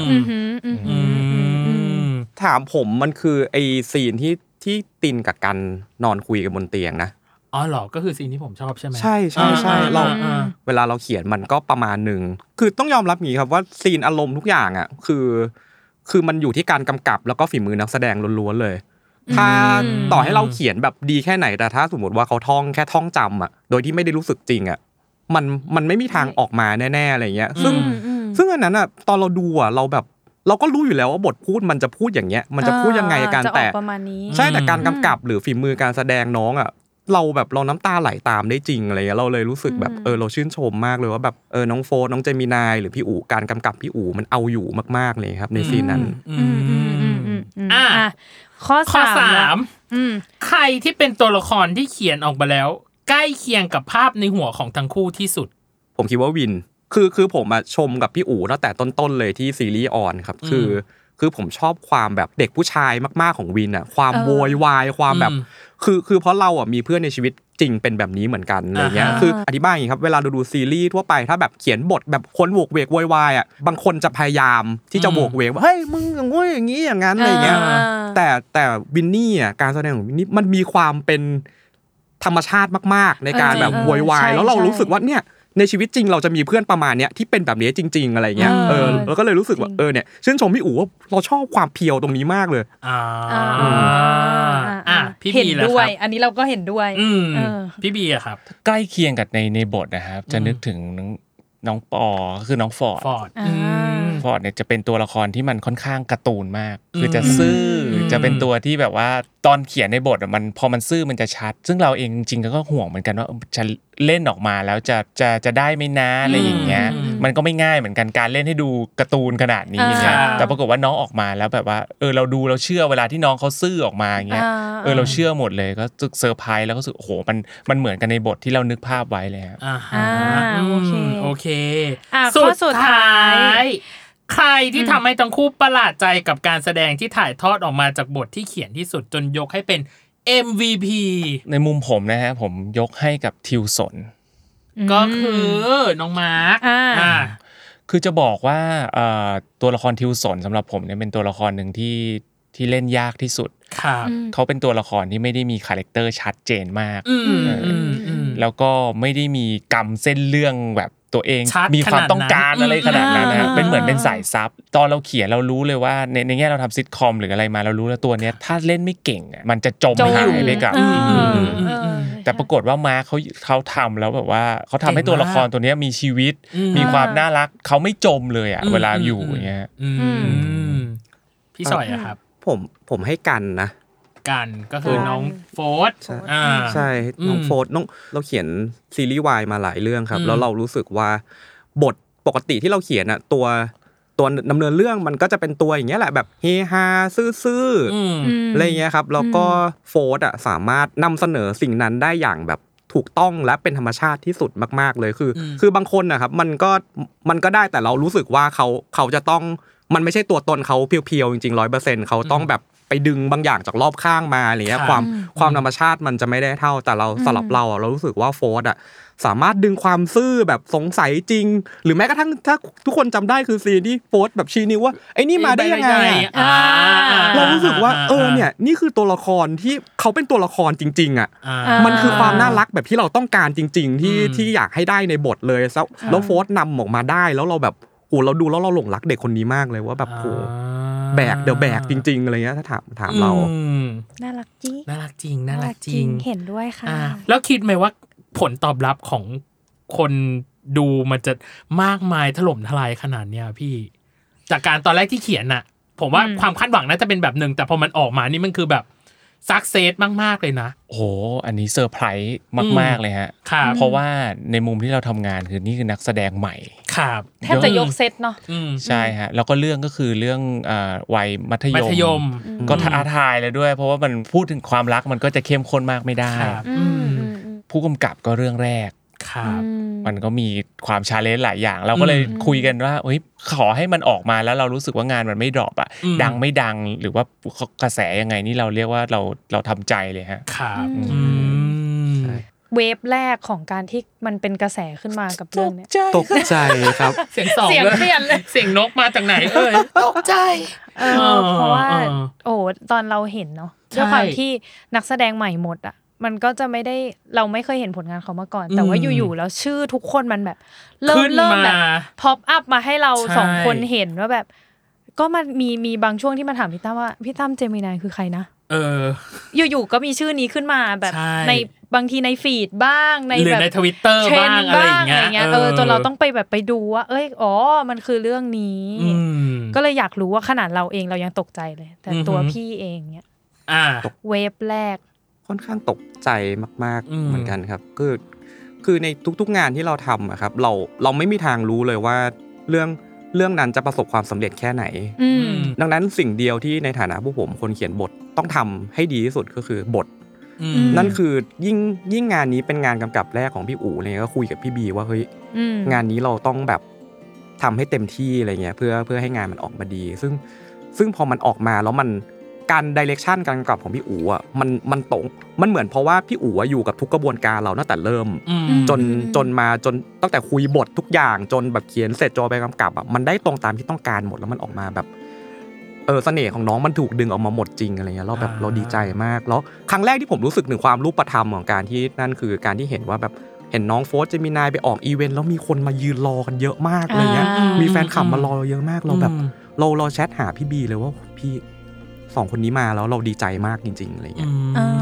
ถามผมมันคือไอซีนที่ที่ตินกับกันนอนคุยกันบนเตียงนะอ๋อเหรอก็คือซีนที่ผมชอบใช่ไหมใช่ใช่ใช่เราเวลาเราเขียนมันก็ประมาณหนึ่งคือต้องยอมรับงี้ครับว่าซีนอารมณ์ทุกอย่างอ่ะคือคือมันอยู่ที่การกำกับแล้วก็ฝีมือนักแสดงล้วนๆเลยถ้าต่อให้เราเขียนแบบดีแค่ไหนแต่ถ้าสมมติว่าเขาท่องแค่ท่องจำอ่ะโดยที่ไม่ได้รู้สึกจริงอ่ะมันมันไม่มีทางออกมาแน่ๆอะไรเงี้ยซึ่งซึ่งอันนั้นอ่ะตอนเราดูอ่ะเราแบบเราก็รู้อยู่แล้วว่าบทพูดมันจะพูดอย่างเงี้ยมันจะพูดยังไงกันแต่ประมาณนี้ใช่แต่การกำกับหรือฝีมือการแสดงน้องอ่ะเราแบบเราน้ำตาไหลตามได้จริงอะไรเงี้ยเราเลยรู้สึกแบบเออเราชื่นชมมากเลยว่าแบบเออน้องโฟร์น้องเจมินายหรือพี่อู๋การกำกับพี่อู๋มันเอาอยู่มากๆเลยครับในซีนนั้นอ่ะข้อสามใครที่เป็นตัวละครที่เขียนออกมาแล้วใกล้เคียงกับภาพในหัวของทั้งคู่ที่สุดผมคิดว่าวินคือคือผมมาชมกับพี่อู๋ตั้งแต่ต้นๆเลยที่ซีรีส์ออนครับคือคือผมชอบความแบบเด็กผู้ชายมากๆของวินอ่ะความโวยวายความแบบคือคือเพราะเราอ่ะมีเพื่อนในชีวิตจริงเป็นแบบนี้เหมือนกันอะไรเงี้ยคืออธิบายอย่างนี้ครับเวลาดูดูซีรีส์ทั่วไปถ้าแบบเขียนบทแบบคนโวกเวกโวยวายอ่ะบางคนจะพยายามที่จะโวกเวกว่าเฮ้ยมึงอย่างงี้อย่างงี้อย่างงั้นอะไรเงี้ยแต่แต่วินนี่อ่ะการแสดงของวินนี่มันมีความเป็นธรรมชาติมากๆในการแบบโวยวายแล้วเรารู้สึกว่าเนี่ยในชีวิตจริงเราจะมีเพื่อนประมาณเนี้ยที่เป็นแบบนี้จริงๆอะไรเงี้ยเออแล้วก็เลยรู้สึกว่าเออเนี่ยชื่นชมพี่อู๋ว่าเราชอบความเพียวตรงนี้มากเลยอ่าอ่าพี่บีล่ะครับอันนี้เราก็เห็นด้วยพี่บีอะครับใกล้เคียงกับในในบทนะครับจะนึกถึงน้องปอคือน้องฟอร์ดฟอร์ดฟอร์ดเนี่ยจะเป็นตัวละครที่มันค่อนข้างการ์ตูนมากคือจะซื่อจะเป็นตัวที่แบบว่าตอนเขียนในบทมันพอมันซื่อมันจะชัดซึ่งเราเองจริงๆก็ห่วงเหมือนกันว่าจะเล่นออกมาแล้วจะจะจะได้ไม่นะอะไรอย่างเงี้ยมันก็ไม่ง่ายเหมือนกันการเล่นให้ดูการ์ตูนขนาดนี้อย่างเงี้ยแต่ปรากฏว่าน้องออกมาแล้วแบบว่าเออเราดูเราเชื่อเวลาที่น้องเขาซื่อออกมาอย่างเงี้ยเออเราเชื่อหมดเลยก็รู้สึกเซอร์ไพรส์แล้วก็รู้สึกโอ้โหมันมันเหมือนกันในบทที่เรานึกภาพไว้เลยครับอ่าโอเคโอเคสุดท้ายใครที่ทำให้ทั้งคู่ประหลาดใจกับการแสดงที่ถ่ายทอดออกมาจากบทที่เขียนที่สุดจนยกให้เป็น เอ็ม วี พีในมุมผมนะฮะผมยกให้กับทิวสนก็คือน้องมาร์คอ่าคือจะบอกว่าตัวละครทิวสนสำหรับผมเนี่ยเป็นตัวละครหนึ่งที่ที่เล่นยากที่สุดเขาเป็นตัวละครที่ไม่ได้มีคาแรคเตอร์ชัดเจนมากแล้วก็ไม่ได้มีกำเส้นเรื่องแบบตัวเองมีความต้องการอะไรขนาดนั้นนะเป็นเหมือนเป็นสายซับตอนเราเขียนเรารู้เลยว่าในในแง่เราทำซิทคอมหรืออะไรมาเรารู้แล้วตัวเนี้ยถ้าเล่นไม่เก่งมันจะจมหายไปกับแต่ปรากฏว่ามาร์คเขาเขาทำแล้วแบบว่าเขาทำให้ตัวละครตัวนี้มีชีวิตมีความน่ารักเขาไม่จมเลยอ่ะเวลาอยู่อย่างเงี้ยพี่สอยอะครับผมผมให้กันนะกันก็คือน้องโฟร์ธอ่าใช่น้องโฟร์ธน้องเราเขียนซีรีส์วายมาหลายเรื่องครับแล้วเรารู้สึกว่าบทปกติที่เราเขียนอ่ะตัวตัวดำเนินเรื่องมันก็จะเป็นตัวอย่างเงี้ยแหละแบบเฮฮาซื่อๆอะไรเงี้ยครับแล้วก็โฟร์ธอ่ะสามารถนำเสนอสิ่งนั้นได้อย่างแบบถูกต้องและเป็นธรรมชาติที่สุดมากๆเลยคือคือบางคนนะครับมันก็มันก็ได้แต่เรารู้สึกว่าเขาเขาจะต้องมันไม่ใช่ตัวตนเขาเพียวๆจริงๆ ร้อยเปอร์เซ็นต์ เขาต้องแบบไปดึงบางอย่างจากรอบข้างมาอะไรเงี้ยความความธรรมชาติมันจะไม่ได้เท่าแต่เราสลับเราอ่ะเรารู้สึกว่าโฟร์ธอ่ะสามารถดึงความซื่อแบบสงสัยจริงหรือแม้กระทั่งถ้าทุกคนจำได้คือซีนที่โฟร์ธแบบชี้นิ้วว่าไอ้นี่มาได้ยังไงเรารู้สึกว่าเออเนี่ยนี่คือตัวละครที่เขาเป็นตัวละครจริงๆอ่ะมันคือความน่ารักแบบที่เราต้องการจริงๆที่ที่อยากให้ได้ในบทเลยแล้วโฟร์ธนำออกมาได้แล้วเราแบบโหเราดูแล้วเราหลงรักเด็กคนนี้มากเลยว่าแบบโหแบกเดี๋ยวแบกจริงๆอะไรเงี้ยถ้าถามถามเราน่ารักจริงน่ารักจริงน่ารักจริงเห็นด้วยค่ะแล้วคิดไหมว่าผลตอบรับของคนดูมันจะมากมายถล่มทลายขนาดเนี้ยพี่จากการตอนแรกที่เขียนน่ะผมว่าความคาดหวังน่าจะเป็นแบบนึงแต่พอมันออกมานี่มันคือแบบซักเซสมากๆเลยนะโอ้โหอันนี้เซอร์ไพรส์มากๆเลยฮะเพราะว่าในมุมที่เราทำงานคือนี่คือนักแสดงใหม่ครับแทบจะยกเซตเนาะใช่ฮะแล้วก็เรื่องก็คือเรื่องวัยมัธยมก็ท้าทายเลยด้วยเพราะว่ามันพูดถึงความรักมันก็จะเข้มข้นมากไม่ได้ผู้กำกับก็เรื่องแรกมันก็มีความชาเลนจ์หลายอย่างเราก็เลยคุยกันว่าเฮ้ยขอให้มันออกมาแล้วเรารู้สึกว่างานมันไม่ดรอปอ่ะดังไม่ดังหรือว่ากระแสยังไงนี่เราเรียกว่าเราเราทำใจเลยฮะครับเวฟแรกของการที่มันเป็นกระแสขึ้นมากับเรื่องเนี้ยตกใจครับเสียงสองเสียงเปลี่ยนเลยเสียงนกมาจากไหนเอ่ยตกใจเออเพราะว่าโอ้ตอนเราเห็นเนาะด้วยความที่นักแสดงใหม่หมดอ่ะมันก็จะไม่ได้เราไม่เคยเห็นผลงานเขามาก่อนแต่ว่าอยู่ๆแล้วชื่อทุกคนมันแบบเริ่มเริ่มแบบพ็อปอัพมาให้เราสองคนเห็นว่าแบบก็มันมีมีบางช่วงที่มาถามพี่ตั้มว่าพี่ตั้มเจมินายคือใครนะเอออยู่ๆก็มีชื่อนี้ขึ้นมาแบบในบางทีในฟีดบ้างในแบบใน Twitter บ้างอะไรอย่างเงี้ยเออจนเราต้องไปแบบไปดูว่าเอ้ยอ๋อมันคือเรื่องนี้ก็เลยอยากรู้ว่าขนาดเราเองเรายังตกใจเลยแต่ตัวพี่เองเนี้ยอ่าเวฟแรกค่อนข้างตกใจมากๆเหมือนกันครับคือคือในทุกๆงานที่เราทำอะครับเราเราไม่มีทางรู้เลยว่าเรื่องเรื่องนั้นจะประสบความสำเร็จแค่ไหนดังนั้นสิ่งเดียวที่ในฐานะผู้ผมคนเขียนบทต้องทำให้ดีที่สุดก็คือบทนั่นคือยิ่งยิ่งงานนี้เป็นงานกำกับแรกของพี่อู๋อะไรเงี้ยก็คุยกับพี่บีว่าเฮ้ยงานนี้เราต้องแบบทำให้เต็มที่อะไรเงี้ยเพื่อเพื่อให้งานมันออกมาดีซึ่งซึ่งพอมันออกมาแล้วมันการไดเรคชั่นการกำกับของพี่อู๋อ่ะมันมันตรงมันเหมือนเพราะว่าพี่อู๋อยู่กับทุกกระบวนการเราตั้งแต่เริ่มจนจนมาจนตั้งแต่คุยบททุกอย่างจนแบบเขียนเสร็จจอไปกำกับอ่ะมันได้ตรงตามที่ต้องการหมดแล้วมันออกมาแบบเออเสน่ห์ของน้องมันถูกดึงออกมาหมดจริงอะไรเงี้ยเราแบบเราดีใจมากแล้วครั้งแรกที่ผมรู้สึกถึงความรูปธรรมของการที่นั่นคือการที่เห็นว่าแบบเห็นน้องโฟร์เจมินายไปออกอีเวนต์แล้วมีคนมายืนรอกันเยอะมากอะไรเงี้ยมีแฟนคลับมารอเยอะมากเราแบบเราเราแชทหาพี่บีเลยว่าพี่สองคนนี้มาแล้วเราดีใจมากจริงๆอะไรเงี้ย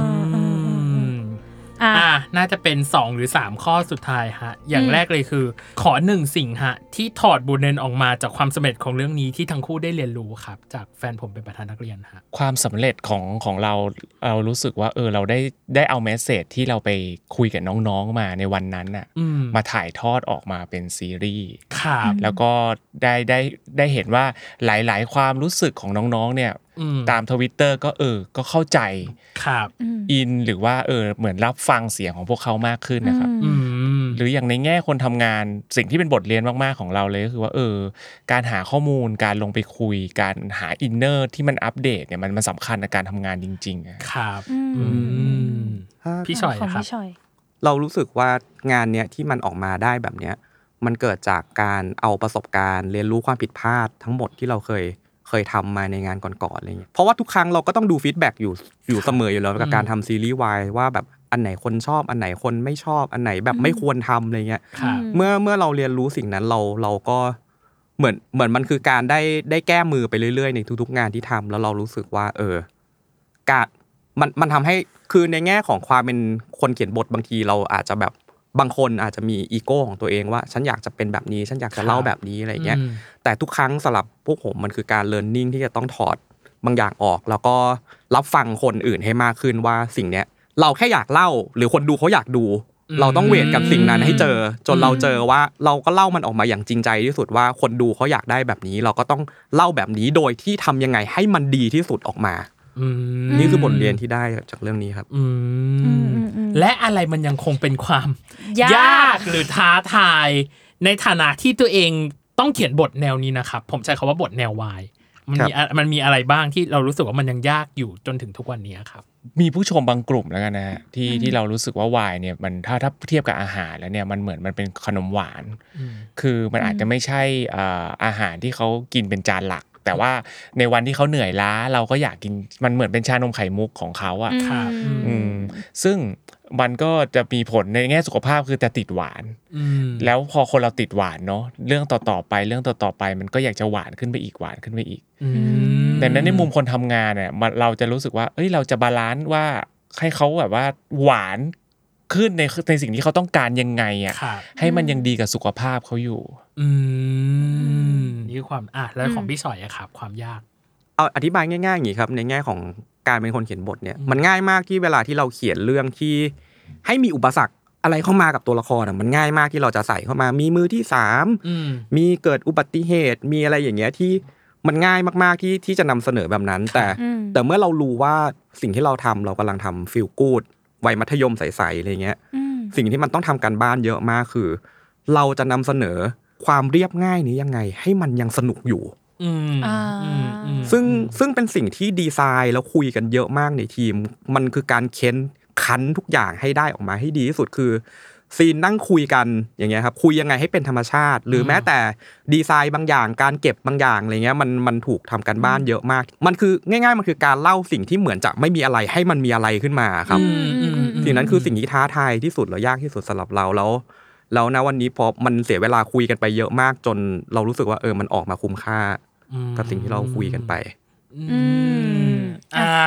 อ่าน่าจะเป็นสองหรือสามข้อสุดท้ายฮะอย่างแรกเลยคือขอหนึ่งสิ่งฮะที่ถอดบทเรียนออกมาจากความสำเร็จของเรื่องนี้ที่ทั้งคู่ได้เรียนรู้ครับจากแฟนผมเป็นประธานนักเรียนฮะความสำเร็จของของเราเรารู้สึกว่าเออเราได้ได้เอาเมสเสจที่เราไปคุยกับน้องๆมาในวันนั้นน่ะมาถ่ายทอดออกมาเป็นซีรีส์ครับแล้วก็ได้ได้ได้เห็นว่าหลายๆความรู้สึกของน้องๆเนี่ยตาม Twitter ก็เออก็เข้าใจครับอินหรือว่าเออเหมือนรับฟังเสียงของพวกเขามากขึ้นนะครับหรืออย่างในแง่คนทำงานสิ่งที่เป็นบทเรียนมากๆของเราเลยก็คือว่าเออการหาข้อมูลการลงไปคุยการหาอินเนอร์ที่มันอัปเดตเนี่ยมันมันสำคัญในการทำงานจริงๆครับพี่ชอยครับเรารู้สึกว่างานเนี้ยที่มันออกมาได้แบบเนี้ยมันเกิดจากการเอาประสบการณ์เรียนรู้ความผิดพลาดทั้งหมดที่เราเคยเคยทำมาในงานก่อนๆอะไรเงี้ยเพราะว่าทุกครั้งเราก็ต้องดูฟีดแบ็กอยู่อยู่เสมออยู่แล้วกับการทำซีรีส์วายว่าแบบอันไหนคนชอบอันไหนคนไม่ชอบอันไหนแบบไม่ควรทำอะไรเงี้ยเมื่อเมื่อเราเรียนรู้สิ่งนั้นเราเราก็เหมือนเหมือนมันคือการได้ได้แก้มือไปเรื่อยๆในทุกๆงานที่ทำแล้วเรารู้สึกว่าเออการมันมันทำให้คือในแง่ของความเป็นคนเขียนบทบางทีเราอาจจะแบบบางคนอาจจะมีอีโก้ของตัวเองว่าฉันอยากจะเป็นแบบนี้ฉันอยากจะเล่าแบบนี้อะไรเงี้ยแต่ทุกครั้งสำหรับพวกผมมันคือการเลิร์นนิ่งที่จะต้องถอดบางอย่างออกแล้วก็รับฟังคนอื่นให้มากขึ้นว่าสิ่งเนี้ยเราแค่อยากเล่าหรือคนดูเขาอยากดูเราต้องเวทกับสิ่งนั้นให้เจอจนเราเจอว่าเราก็เล่ามันออกมาอย่างจริงใจที่สุดว่าคนดูเขาอยากได้แบบนี้เราก็ต้องเล่าแบบนี้โดยที่ทำยังไงให้มันดีที่สุดออกมานี่คือบทเรียนที่ได้จากเรื่องนี้ครับและอะไรมันยังคงเป็นความยากหรือท้าทายในฐานะที่ตัวเองต้องเขียนบทแนวนี้นะครับผมใช้คำว่าบทแนววายมันมีมันมีอะไรบ้างที่เรารู้สึกว่ามันยังยากอยู่จนถึงทุกวันนี้ครับมีผู้ชมบางกลุ่มแล้วกันนะฮะที่ที่เรารู้สึกว่าวายเนี่ยมันถ้าถ้าเทียบกับอาหารแล้วเนี่ยมันเหมือนมันเป็นขนมหวานคือมันอาจจะไม่ใช่อาหารที่เขากินเป็นจานหลักแต่ว่าในวันที่เขาเหนื่อยล้าเราก็อยากกินมันเหมือนเป็นชานมไข่มุกของเขาอ่ะซึ่งมันก็จะมีผลในแง่สุขภาพคือจะติดหวานแล้วพอคนเราติดหวานเนาะเรื่องต่อๆไปเรื่องต่อๆไปมันก็อยากจะหวานขึ้นไปอีกหวานขึ้นไปอีกแต่นั้นในมุมคนทำงานเนี่ยเราจะรู้สึกว่าเอ้ยเราจะบาลานซ์ว่าให้เขาแบบว่าหวานขึ้นในในสิ่งที่เขาต้องการยังไงอ่ะให้มันยังดีกับสุขภาพเขาอยู่อืมนี่คือความอ่ะแล้วของพี่สอยอะครับความยากเอาอธิบายง่ายๆอย่างนี้ครับในแง่ของการเป็นคนเขียนบทเนี่ยมันง่ายมากที่เวลาที่เราเขียนเรื่องที่ให้มีอุปสรรคอะไรเข้ามากับตัวละครอ่ะมันง่ายมากที่เราจะใส่เข้ามามีมือที่สามมีเกิดอุบัติเหตุมีอะไรอย่างเงี้ยที่มันง่ายมากๆที่ที่จะนำเสนอแบบนั้นแต่แต่เมื่อเรารู้ว่าสิ่งที่เราทำเรากำลังทำฟีลกู๊ดวัยมัธยมใสๆอะไรเงี้ยสิ่งที่มันต้องทำการบ้านเยอะมากคือเราจะนำเสนอความเรียบง่ายนี้ยังไงให้มันยังสนุกอยู่ซึ่งซึ่งเป็นสิ่งที่ดีไซน์แล้วคุยกันเยอะมากในทีมมันคือการเค้นคั้นทุกอย่างให้ได้ออกมาให้ดีที่สุดคือซีนนั่งคุยกันอย่างเงี้ยครับคุยยังไงให้เป็นธรรมชาติหรือแม้แต่ดีไซน์บางอย่างการเก็บบางอย่างอะไรเงี้ยมันมันถูกทำกันบ้านเยอะมากมันคือง่ายๆมันคือการเล่าสิ่งที่เหมือนจะไม่มีอะไรให้มันมีอะไรขึ้นมาครับสิ่งนั้นคือสิ่งที่ท้าทายที่สุดและยากที่สุดสำหรับเราแล้วแล้วนะวันนี้พอมันเสียเวลาคุยกันไปเยอะมากจนเรารู้สึกว่าเออมันออกมาคุ้มค่ากับสิ่งที่เราคุยกันไปอืมอ่า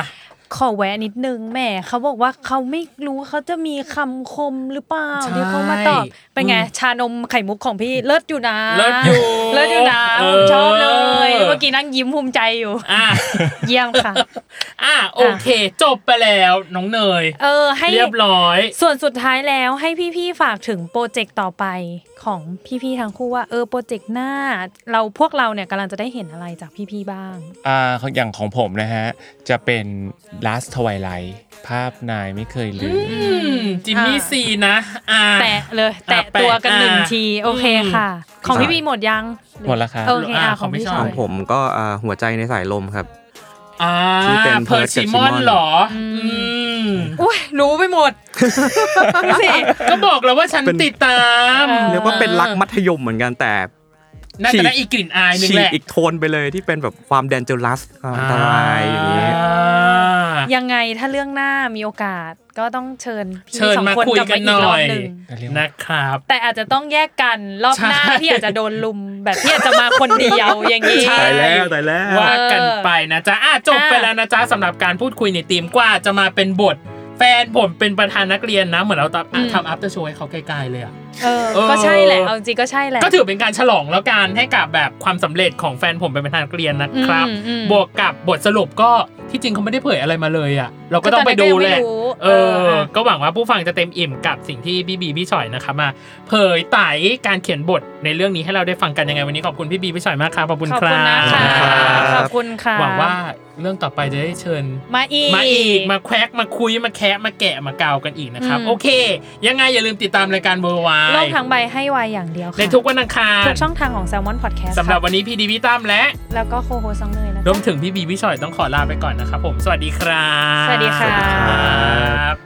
ขอแวะนิดนึงแหมเขาบอกว่าเขาไม่รู้เขาจะมีคำคมหรือเปล่าที่เขามาตอบเป็นไงชานมไข่มุกของพี่เลิศอยู่นะเลิศอยู่เลิศอยู่นะผมชอบเลยเมื่อกี้นั่งยิ้มภูมิใจอยู่อ่ะเยี่ยมค่ะอ่ะโอเคจบไปแล้วน้องเนยเออให้เรียบร้อยส่วนสุดท้ายแล้วให้พี่ๆฝากถึงโปรเจกต์ต่อไปของพี่ๆทั้งคู่ว่าเออโปรเจกต์หน้าเราพวกเราเนี่ยกำลังจะได้เห็นอะไรจากพี่ๆบ้างอ่าอย่างของผมนะฮะจะเป็น Last Twilight ภาพนายไม่เคยลืมจิมมี่ซีนะอ่าแตะเลยแตะตัวกันหนึ่งทีโอเคค่ะของพี่ๆหมดยังหมดแล้วครับโอเคอ่ะของพี่ชอยของผมก็หัวใจในสายลมครับอ่าเพอร์ซิมอนหรออืมอุ้ยรู้ไปหมดสิก็บอกแล้วว่าฉันติดตามเรียกว่าเป็นรักมัธยมเหมือนกันแต่น่าจะได้อีกกลิ่นอายนึงแหละอีกโทนไปเลยที่เป็นแบบความแดนเจอรัสอันตรายอย่างนี้ยังไงถ้าเรื่องหน้ามีโอกาสก็ต้องเชิญพี่สองคนกลับมาอีกรอบนึงนะครับแต่อาจจะต้องแยกกันรอบหน้าพี่อาจจะโดนลุมแบบพี่อาจจะมาคนเดียวอย่างนี้ตายแล้วตายแล้วว่ากันไปนะจ๊ะอ่ะจบไปแล้วนะจ๊ะสำหรับการพูดคุยในทีมกว่าจะมาเป็นบทแฟนผมเป็นประธานนักเรียนนะเหมือนเราทำ after show ให้เขาไกลๆเลยอ่ะเออก็ใช่แหละเอาจริงก็ใช่แหละก็ถือเป็นการฉลองแล้วกันให้กับแบบความสำเร็จของแฟนผมเป็นประธานนักเรียนนะครับบวกกับบทสรุปก็ที่จริงเขาไม่ได้เผยอะไรมาเลยอ่ะเราก็ต้องไปดูแหละเออก็หวังว่าผู้ฟังจะเต็มอิ่มกับสิ่งที่พี่บีพี่ฉอยนะครับมาเผยไต่การเขียนบทในเรื่องนี้ให้เราได้ฟังกันยังไงวันนี้ขอบคุณพี่บีพี่ฉอยมากครับขอบคุณครับขอบคุณค่ะหวังว่าเรื่องต่อไปจะได้เชิญมาอีกมาอีกมาแควกมาคุยมาแคะมาแกะมาเกากันอีกนะครับโอเคยังไงอย่าลืมติดตามรายการเบอร์วายโลกทั้งใบให้วายอย่างเดียวค่ะในทุกวันอังคารทุกช่องทางของ Salmon Podcast สำหรับวันนี้พี่ดีพี่ตั้มและแล้วก็โคโฮซังเนยนะรวมถึงพี่บีพี่ฉอยต้องขอลาไปก่อนนะครับผมสวัสดีครับสวัสดีครับ